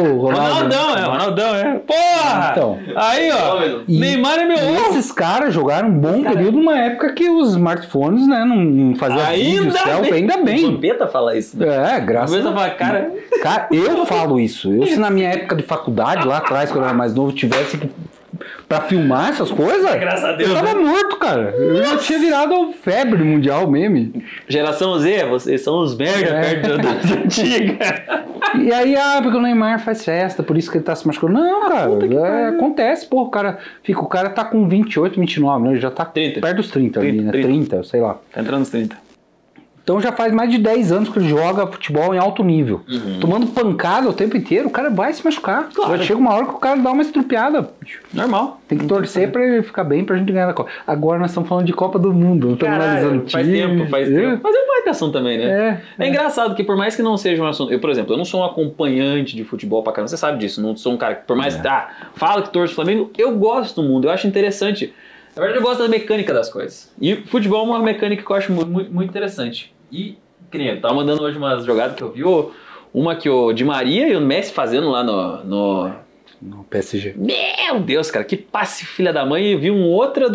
Speaker 2: Porra!
Speaker 1: Então.
Speaker 2: Aí, ó.
Speaker 1: E-
Speaker 2: Neymar é meu
Speaker 1: E
Speaker 2: ovo.
Speaker 1: esses caras jogaram um bom período numa época que os smartphones, né, não faziam vídeo, selfie, ainda
Speaker 2: O
Speaker 1: bem.
Speaker 2: Vampeta fala isso, né?
Speaker 1: É,
Speaker 2: O
Speaker 1: graças
Speaker 2: Vampeta fala, cara...
Speaker 1: Cara, eu falo isso. Eu, se na minha época de faculdade, lá atrás, quando eu era mais novo, tivesse que pra filmar essas coisas,
Speaker 2: Graças a Deus,
Speaker 1: eu tava
Speaker 2: né?
Speaker 1: morto, cara. Eu já tinha virado febre mundial meme.
Speaker 2: Geração Z, vocês são os merda perto da antiga.
Speaker 1: E aí, porque o Neymar faz festa, por isso que ele tá se machucando. Não, cara, acontece, pô, o cara tá com 28, 29, né? Ele já tá
Speaker 2: 30.
Speaker 1: perto dos 30 ali, né? 30, sei lá.
Speaker 2: Tá entrando nos 30.
Speaker 1: Então já faz mais de 10 anos que ele joga futebol em alto nível. Tomando pancada o tempo inteiro, o cara vai se machucar.
Speaker 2: Claro.
Speaker 1: Chega uma hora que o cara dá uma estrupiada.
Speaker 2: Normal.
Speaker 1: Tem que torcer pra ele ficar bem pra gente ganhar da Copa. Agora nós estamos falando de Copa do Mundo. Não estamos analisando
Speaker 2: Faz
Speaker 1: time.
Speaker 2: tempo. Mas é uma marcação também, né?
Speaker 1: É.
Speaker 2: Engraçado que por mais que não seja um assunto... Eu, por exemplo, eu não sou um acompanhante de futebol pra caramba. Você sabe disso. Não sou um cara que, por mais... fala que torce o Flamengo. Eu gosto do mundo. Eu acho interessante. Na verdade, eu gosto da mecânica das coisas. E futebol é uma mecânica que eu acho muito, muito interessante. E, que nem eu tava mandando hoje umas jogadas que eu vi. Uma que o Di Maria e o Messi fazendo lá no
Speaker 1: PSG.
Speaker 2: Meu Deus, cara, que passe filha da mãe. E vi um outra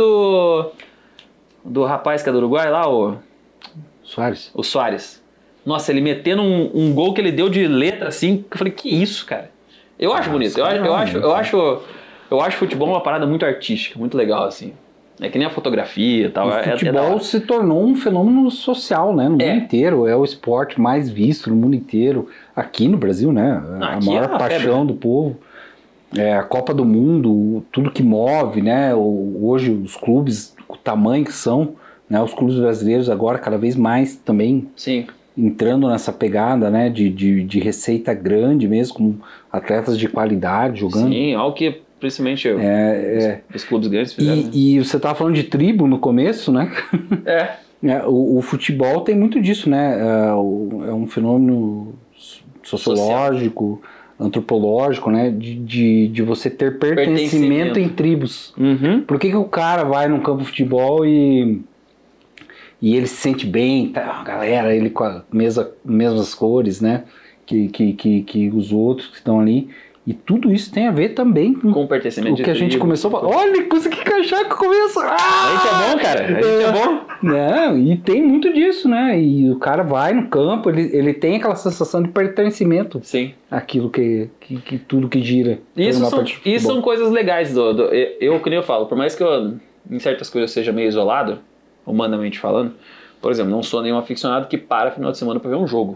Speaker 2: do rapaz que é do Uruguai lá, o Soares. Nossa, ele metendo um gol que ele deu de letra assim, que eu falei, que isso, cara? Eu acho bonito, eu acho futebol uma parada muito artística, muito legal, assim. É que nem a fotografia e tal.
Speaker 1: O futebol se tornou um fenômeno social, né? No mundo inteiro. É o esporte mais visto no mundo inteiro. Aqui no Brasil, né? A maior paixão do povo. É a Copa do Mundo, tudo que move, né? Hoje os clubes, o tamanho que são, né? Os clubes brasileiros agora cada vez mais também entrando nessa pegada, né? De receita grande mesmo, com atletas de qualidade jogando.
Speaker 2: Sim, algo que principalmente os clubes grandes fizeram.
Speaker 1: E você estava falando de tribo no começo, né? O futebol tem muito disso, né? É um fenômeno sociológico, antropológico, né? De você ter pertencimento em tribos. Por que o cara vai num campo de futebol e ele se sente bem, tá, galera, ele com as mesmas cores, né? Que os outros que estão ali. E tudo isso tem a ver também com
Speaker 2: o pertencimento
Speaker 1: o que a gente começou a falar. Olha, consegui encaixar com o começo.
Speaker 2: A gente é bom, cara. A gente é bom.
Speaker 1: Não, e tem muito disso, né? E o cara vai no campo, ele tem aquela sensação de pertencimento.
Speaker 2: Sim.
Speaker 1: Aquilo que tudo que gira.
Speaker 2: Isso são coisas legais. Que nem eu falo, por mais que eu, em certas coisas, seja meio isolado, humanamente falando, por exemplo, não sou nenhum aficionado que para final de semana pra ver um jogo.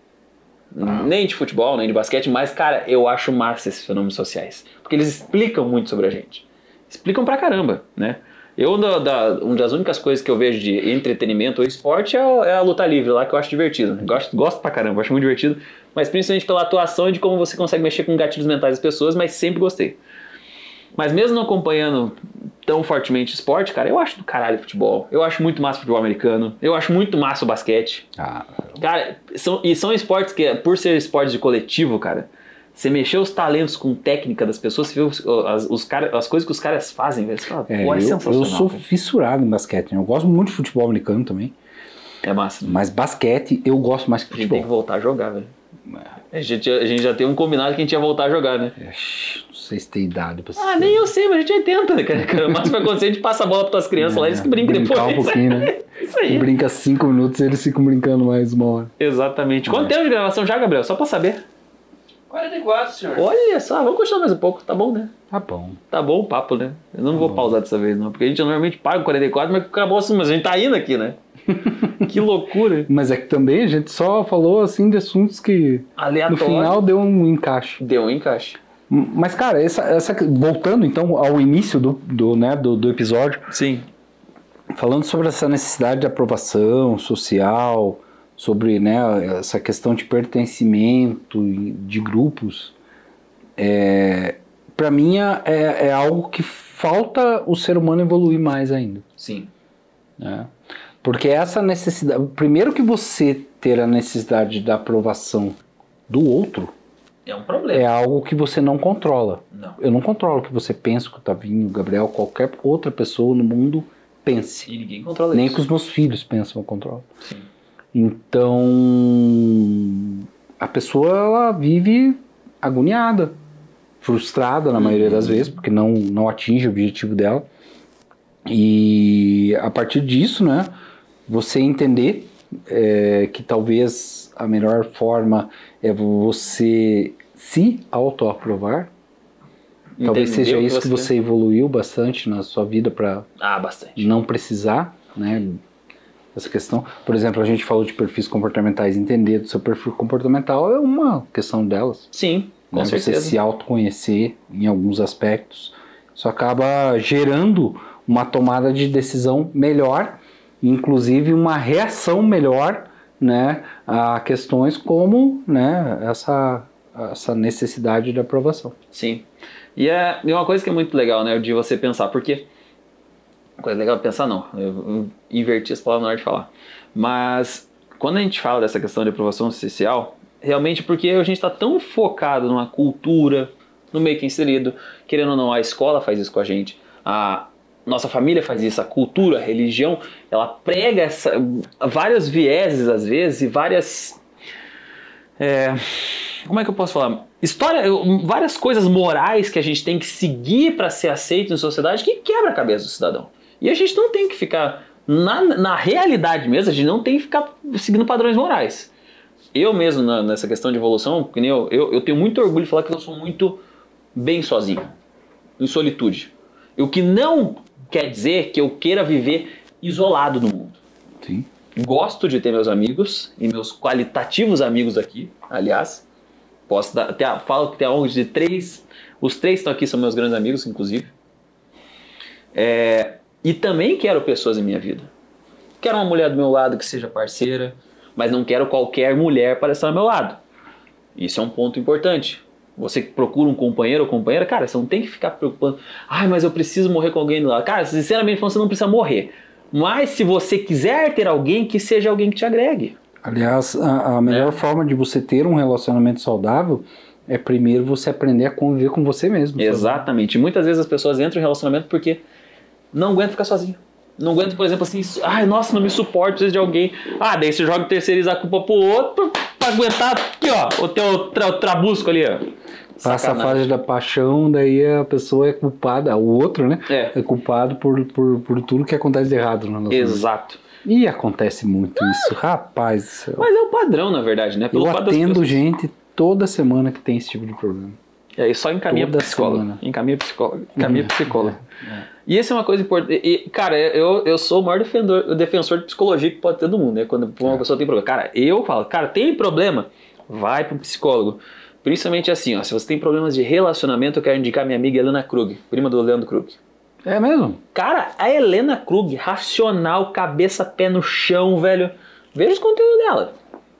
Speaker 2: Nem de futebol, nem de basquete, mas, cara, eu acho massa esses fenômenos sociais. Porque eles explicam muito sobre a gente. Explicam pra caramba, né? Uma das únicas coisas que eu vejo de entretenimento ou esporte é a luta livre lá, que eu acho divertido. Gosto pra caramba, acho muito divertido. Mas principalmente pela atuação e de como você consegue mexer com gatilhos mentais das pessoas, mas sempre gostei. Mas mesmo não acompanhando tão fortemente esporte, cara, eu acho do caralho futebol. Eu acho muito massa o futebol americano. Eu acho muito massa o basquete. Cara, são esportes que, por ser esportes de coletivo, cara, você mexer os talentos com técnica das pessoas, você vê as coisas que os caras fazem, velho. Você fala, pô, é sensacional.
Speaker 1: Eu sou fissurado em basquete, né? Eu gosto muito de futebol americano também.
Speaker 2: É massa. Né?
Speaker 1: Mas basquete eu gosto mais que futebol.
Speaker 2: A gente tem que voltar a jogar, velho. A gente já tem um combinado que a gente ia voltar a jogar, né?
Speaker 1: Não sei se tem idade pra
Speaker 2: você. Nem eu sei, mas a gente 80, né, cara? O máximo vai acontecer, a gente passa a bola para tuas crianças lá, eles que brincam depois.
Speaker 1: Um pouquinho, né?
Speaker 2: Isso aí.
Speaker 1: Brinca 5 minutos e eles ficam brincando mais uma hora.
Speaker 2: Exatamente. Quanto tempo de gravação já, Gabriel? Só pra saber.
Speaker 3: 44, senhor.
Speaker 2: Olha só, vamos continuar mais um pouco, tá bom, né?
Speaker 1: Tá bom.
Speaker 2: Tá bom o papo, né? Eu não vou pausar dessa vez, não, porque a gente normalmente paga 44, mas acabou assim, mas a gente tá indo aqui, né? Que loucura.
Speaker 1: Mas é que também a gente só falou assim de assuntos que
Speaker 2: aleatório.
Speaker 1: No final deu um encaixe.
Speaker 2: Deu um encaixe.
Speaker 1: Mas, cara, voltando então ao início do episódio.
Speaker 2: Sim.
Speaker 1: Falando sobre essa necessidade de aprovação social, sobre, né, essa questão de pertencimento de grupos, para mim é algo que falta o ser humano evoluir mais ainda.
Speaker 2: Sim.
Speaker 1: Porque essa necessidade... Primeiro que você ter a necessidade da aprovação do outro...
Speaker 2: É um problema.
Speaker 1: É algo que você não controla.
Speaker 2: Não.
Speaker 1: Eu não controlo o que você pensa, que o Tavinho, o Gabriel, qualquer outra pessoa no mundo pense.
Speaker 2: E ninguém controla
Speaker 1: Nem
Speaker 2: isso.
Speaker 1: que os meus filhos pensam, eu controlo.
Speaker 2: Sim.
Speaker 1: Então... A pessoa, ela vive agoniada, frustrada na maioria das vezes, porque não atinge o objetivo dela. E a partir disso, né, você entender que talvez a melhor forma é você se autoaprovar. Talvez seja isso que você evoluiu bastante na sua vida para
Speaker 2: bastante.
Speaker 1: Não precisar, né? Essa questão. Por exemplo, a gente falou de perfis comportamentais. Entender do seu perfil comportamental é uma questão delas.
Speaker 2: Sim, com certeza.
Speaker 1: Você se autoconhecer em alguns aspectos. Isso acaba gerando uma tomada de decisão melhor, inclusive uma reação melhor, né, a questões como, né, essa necessidade de aprovação.
Speaker 2: Sim. E é uma coisa que é muito legal, né, de você pensar, porque... Coisa legal de pensar, não. Eu inverti as palavras na hora de falar. Mas, quando a gente fala dessa questão de aprovação social, realmente porque a gente está tão focado numa cultura, no meio que é inserido, querendo ou não, a escola faz isso com a gente, a nossa família faz isso, a cultura, a religião, ela prega vários vieses, às vezes, e várias... como é que eu posso falar? Várias coisas morais que a gente tem que seguir para ser aceito na sociedade que quebra a cabeça do cidadão. E a gente não tem que ficar, na realidade mesmo, a gente não tem que ficar seguindo padrões morais. Eu mesmo, nessa questão de evolução, que nem eu tenho muito orgulho de falar que eu sou muito bem sozinho, em solitude. O que não quer dizer que eu queira viver isolado no mundo.
Speaker 1: Sim.
Speaker 2: Gosto de ter meus amigos, e meus qualitativos amigos aqui, aliás. Falo que tem algo de 3, os 3 estão aqui, são meus grandes amigos, inclusive. E também quero pessoas em minha vida. Quero uma mulher do meu lado que seja parceira, mas não quero qualquer mulher para estar ao meu lado. Isso é um ponto importante. Você que procura um companheiro ou companheira, cara, você não tem que ficar preocupando. Mas eu preciso morrer com alguém do lado. Cara, sinceramente, você não precisa morrer. Mas se você quiser ter alguém, que seja alguém que te agregue.
Speaker 1: Aliás, a melhor forma de você ter um relacionamento saudável é primeiro você aprender a conviver com você mesmo.
Speaker 2: Exatamente.
Speaker 1: Sabe?
Speaker 2: Muitas vezes as pessoas entram em relacionamento porque não aguentam ficar sozinho. Não aguentam, por exemplo, assim, nossa, não me suporto, preciso de alguém. Daí você joga terceirizar a culpa pro outro pra aguentar aqui, ó, o teu trabusco ali, ó.
Speaker 1: Passa a fase da paixão, daí a pessoa é culpada, o outro, né? É culpado por tudo que acontece de errado.
Speaker 2: Exato.
Speaker 1: E acontece muito isso, rapaz do céu.
Speaker 2: Mas é o padrão, na verdade, né?
Speaker 1: Eu atendo gente toda semana que tem esse tipo de problema.
Speaker 2: E aí só encaminha pro psicólogo. Encaminha psicólogo. E essa é uma coisa importante. E, cara, eu sou o maior defensor de psicologia que pode ter do mundo, né? Quando uma pessoa tem problema. Cara, eu falo, tem problema? Vai pro psicólogo. Principalmente assim, ó, se você tem problemas de relacionamento, eu quero indicar minha amiga Helena Krug, prima do Leandro Krug.
Speaker 1: É mesmo?
Speaker 2: Cara, a Helena Krug, racional, cabeça, pé no chão, velho. Veja os conteúdos dela.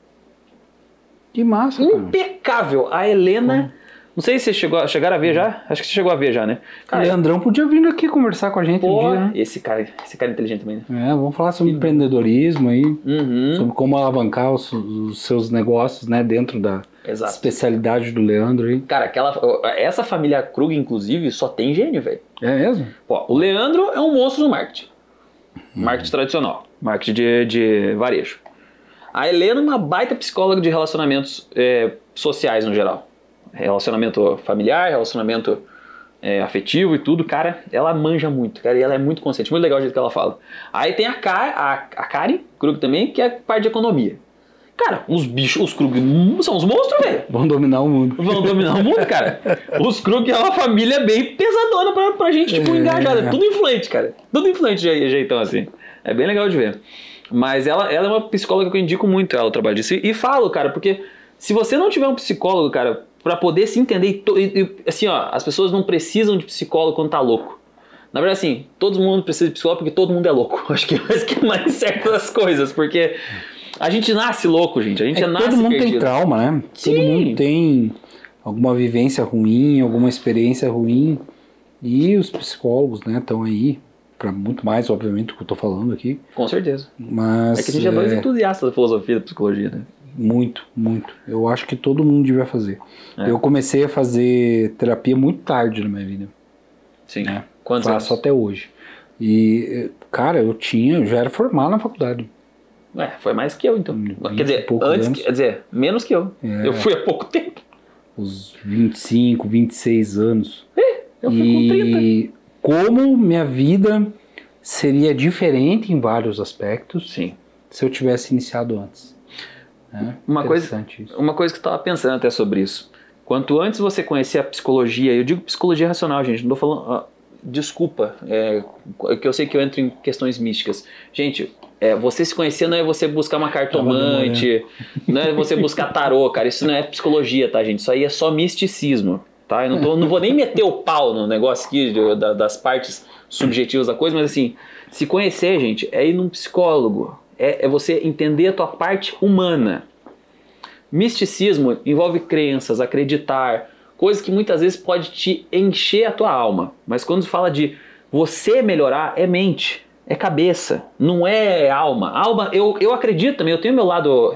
Speaker 1: Que massa,
Speaker 2: impecável. A Helena... Não sei se você chegaram a ver já. Acho que você chegou a ver já, né?
Speaker 1: Cara, o Leandrão podia vir aqui conversar com a gente um dia, né?
Speaker 2: Esse cara é inteligente também, né?
Speaker 1: Vamos falar sobre empreendedorismo aí. Sobre como alavancar os seus negócios, né? Dentro da especialidade do Leandro aí.
Speaker 2: Cara, essa família Krug, inclusive, só tem gênio, velho.
Speaker 1: É mesmo?
Speaker 2: O Leandro é um monstro do marketing. Marketing tradicional. Marketing de varejo. A Helena é uma baita psicóloga de relacionamentos sociais no geral. Relacionamento familiar, relacionamento afetivo e tudo, cara, ela manja muito, cara, e ela é muito consciente, muito legal o jeito que ela fala. Aí tem a Karen Krug também, que é parte de economia. Cara, os Krug são os monstros, velho.
Speaker 1: Vão dominar o mundo.
Speaker 2: Cara. Os Krug é uma família bem pesadona pra gente, tipo, engajada. Tudo influente, cara. Tudo influente de jeitão, assim. É bem legal de ver. Mas ela é uma psicóloga que eu indico muito ela, o trabalho disso. E falo, cara, porque se você não tiver um psicólogo, cara, pra poder se entender, assim, ó, as pessoas não precisam de psicólogo quando tá louco. Na verdade, assim, todo mundo precisa de psicólogo porque todo mundo é louco. Acho que é mais certo das coisas, porque a gente nasce louco, gente. A gente nasce
Speaker 1: todo mundo
Speaker 2: perdido.
Speaker 1: tem trauma, né?
Speaker 2: Sim.
Speaker 1: Todo mundo tem alguma vivência ruim, alguma experiência ruim. E os psicólogos, né, estão aí para muito mais, obviamente, do que eu tô falando aqui.
Speaker 2: Com certeza.
Speaker 1: Mas
Speaker 2: é que a gente é dois entusiastas da filosofia e da psicologia, né?
Speaker 1: Muito, muito. Eu acho que todo mundo devia fazer. Eu comecei a fazer terapia muito tarde na minha vida.
Speaker 2: Sim.
Speaker 1: Né?
Speaker 2: Quantos
Speaker 1: Faço
Speaker 2: anos?
Speaker 1: até hoje. E, cara, eu já era formado na faculdade.
Speaker 2: Foi mais que eu, então. Quer dizer, menos que eu. Eu fui há pouco tempo.
Speaker 1: os 25, 26 anos.
Speaker 2: Eu fui com 30.
Speaker 1: E como minha vida seria diferente em vários aspectos
Speaker 2: Sim.
Speaker 1: se eu tivesse iniciado antes. Né?
Speaker 2: Uma coisa que eu estava pensando até sobre isso. Quanto antes você conhecer a psicologia, eu digo psicologia racional, gente, não estou falando... desculpa, que eu sei que eu entro em questões místicas. Gente, você se conhecer não é você buscar uma cartomante, não é você buscar tarô, cara. Isso não é psicologia, tá, gente? Isso aí é só misticismo, tá? Eu não vou nem meter o pau no negócio aqui das partes subjetivas da coisa, mas assim, se conhecer, gente, é ir num psicólogo. É você entender a tua parte humana. Misticismo envolve crenças, acreditar, coisas que muitas vezes pode te encher a tua alma. Mas quando se fala de você melhorar, é mente, é cabeça, não é alma. Alma, eu acredito também, eu tenho meu lado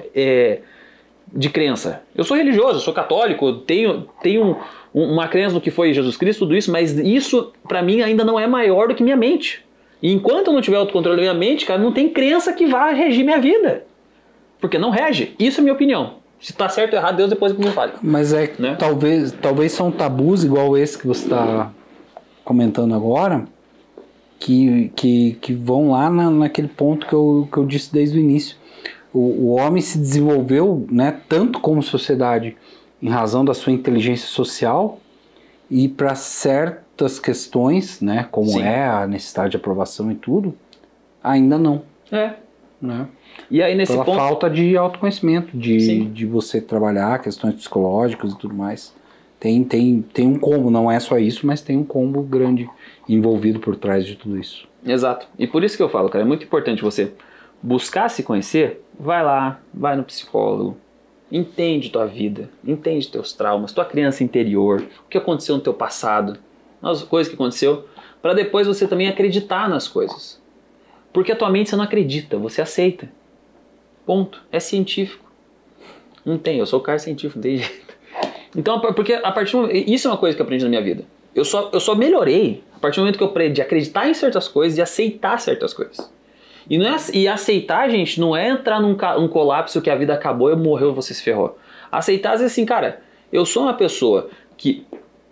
Speaker 2: de crença. Eu sou religioso, eu sou católico, tenho uma crença no que foi Jesus Cristo, tudo isso, mas isso pra mim ainda não é maior do que minha mente. E enquanto eu não tiver autocontrole da minha mente, cara, não tem crença que vá regir minha vida. Porque não rege. Isso é minha opinião. Se tá certo ou errado, Deus depois me fale.
Speaker 1: Mas
Speaker 2: né?
Speaker 1: talvez são tabus igual esse que você está comentando agora, que vão lá naquele ponto que eu disse desde o início. O homem se desenvolveu, né, tanto como sociedade em razão da sua inteligência social e para certas questões, né, como
Speaker 2: Sim.
Speaker 1: a necessidade de aprovação e tudo, ainda não. Né?
Speaker 2: E aí nesse
Speaker 1: Pela
Speaker 2: ponto...
Speaker 1: falta de autoconhecimento, de você trabalhar questões psicológicas e tudo mais. Tem um combo, não é só isso, mas tem um combo grande envolvido por trás de tudo isso.
Speaker 2: Exato. E por isso que eu falo, cara, é muito importante você buscar se conhecer, vai lá, vai no psicólogo, entende tua vida, entende teus traumas, tua criança interior, o que aconteceu no teu passado, as coisas que aconteceu, para depois você também acreditar nas coisas. Porque a tua mente você não acredita, você aceita. Ponto. É científico. Não tem, eu sou o cara científico, não tem jeito. Então, porque a partir do momento, isso é uma coisa que eu aprendi na minha vida. Eu só melhorei a partir do momento que eu aprendi a acreditar em certas coisas e aceitar certas coisas. E aceitar, gente, não é entrar num colapso que a vida acabou, eu morreu, você se ferrou. Aceitar, às vezes assim, cara, eu sou uma pessoa que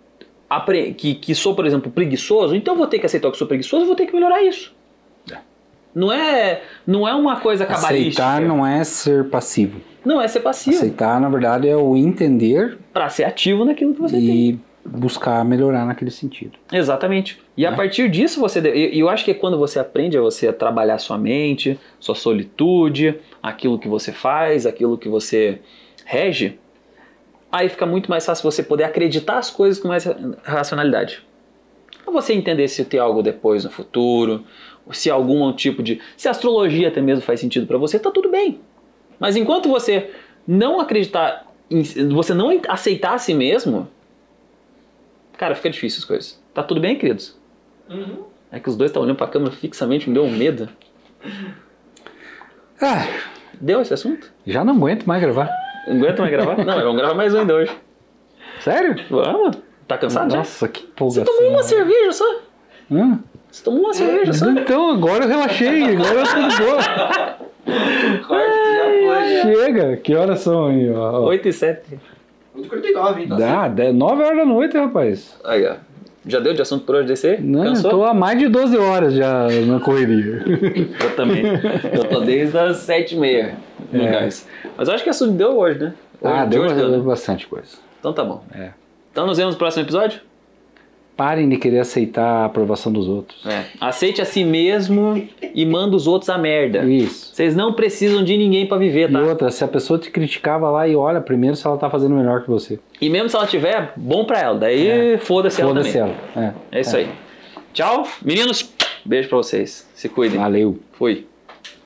Speaker 2: sou, por exemplo, preguiçoso, então eu vou ter que aceitar que sou preguiçoso e vou ter que melhorar isso. Não é uma coisa cabalística.
Speaker 1: Aceitar não é ser passivo.
Speaker 2: Não é ser passivo.
Speaker 1: Aceitar, na verdade, é o entender
Speaker 2: para ser ativo naquilo que você tem.
Speaker 1: E buscar melhorar naquele sentido.
Speaker 2: Exatamente. E a partir disso eu acho que quando você aprende a você trabalhar sua mente, sua solitude, aquilo que você faz, aquilo que você rege, aí fica muito mais fácil você poder acreditar as coisas com mais racionalidade. Pra você entender se tem algo depois no futuro, se algum tipo de... Se a astrologia até mesmo faz sentido pra você, tá tudo bem. Mas enquanto você não acreditar, você não aceitar a si mesmo, cara, fica difícil as coisas. Tá tudo bem, queridos?
Speaker 3: Uhum.
Speaker 2: É que os dois estão olhando pra câmera fixamente, me deu um medo. Deu esse assunto?
Speaker 1: Já não aguento mais gravar.
Speaker 2: Não aguenta mais gravar? Não, vamos gravar mais um ainda hoje.
Speaker 1: Sério?
Speaker 2: Vamos? Tá cansado
Speaker 1: Nossa, que
Speaker 2: já?
Speaker 1: empolgação.
Speaker 2: Você tomou uma cerveja só? Você tomou uma cerveja só?
Speaker 1: Então, agora eu relaxei. Agora eu tô de boa.
Speaker 3: Corte já foi, já.
Speaker 1: Chega. Que horas são aí?
Speaker 2: 8 e 7.
Speaker 3: 8h49, hein? Tá certo.
Speaker 1: 9 horas da noite, rapaz.
Speaker 2: Aí, ó. Já deu de assunto por hoje desse aí?
Speaker 1: Não,
Speaker 2: Cansou?
Speaker 1: eu tô há mais de 12 horas já na correria.
Speaker 2: Eu também. Eu tô desde as 7h30 no gás. Mas eu acho que assunto deu hoje, né?
Speaker 1: Deu
Speaker 2: né?
Speaker 1: bastante coisa.
Speaker 2: Então tá bom. Então nos vemos no próximo episódio?
Speaker 1: Parem de querer aceitar a aprovação dos outros.
Speaker 2: Aceite a si mesmo e manda os outros a merda.
Speaker 1: Isso.
Speaker 2: Vocês não precisam de ninguém pra viver,
Speaker 1: E
Speaker 2: tá?
Speaker 1: outra, se a pessoa te criticava lá e olha primeiro se ela tá fazendo melhor que você.
Speaker 2: E mesmo se ela tiver, bom pra ela. Daí foda-se ela também.
Speaker 1: Foda-se ela.
Speaker 2: É isso aí. Tchau, meninos. Beijo pra vocês. Se cuidem.
Speaker 1: Valeu.
Speaker 2: Fui.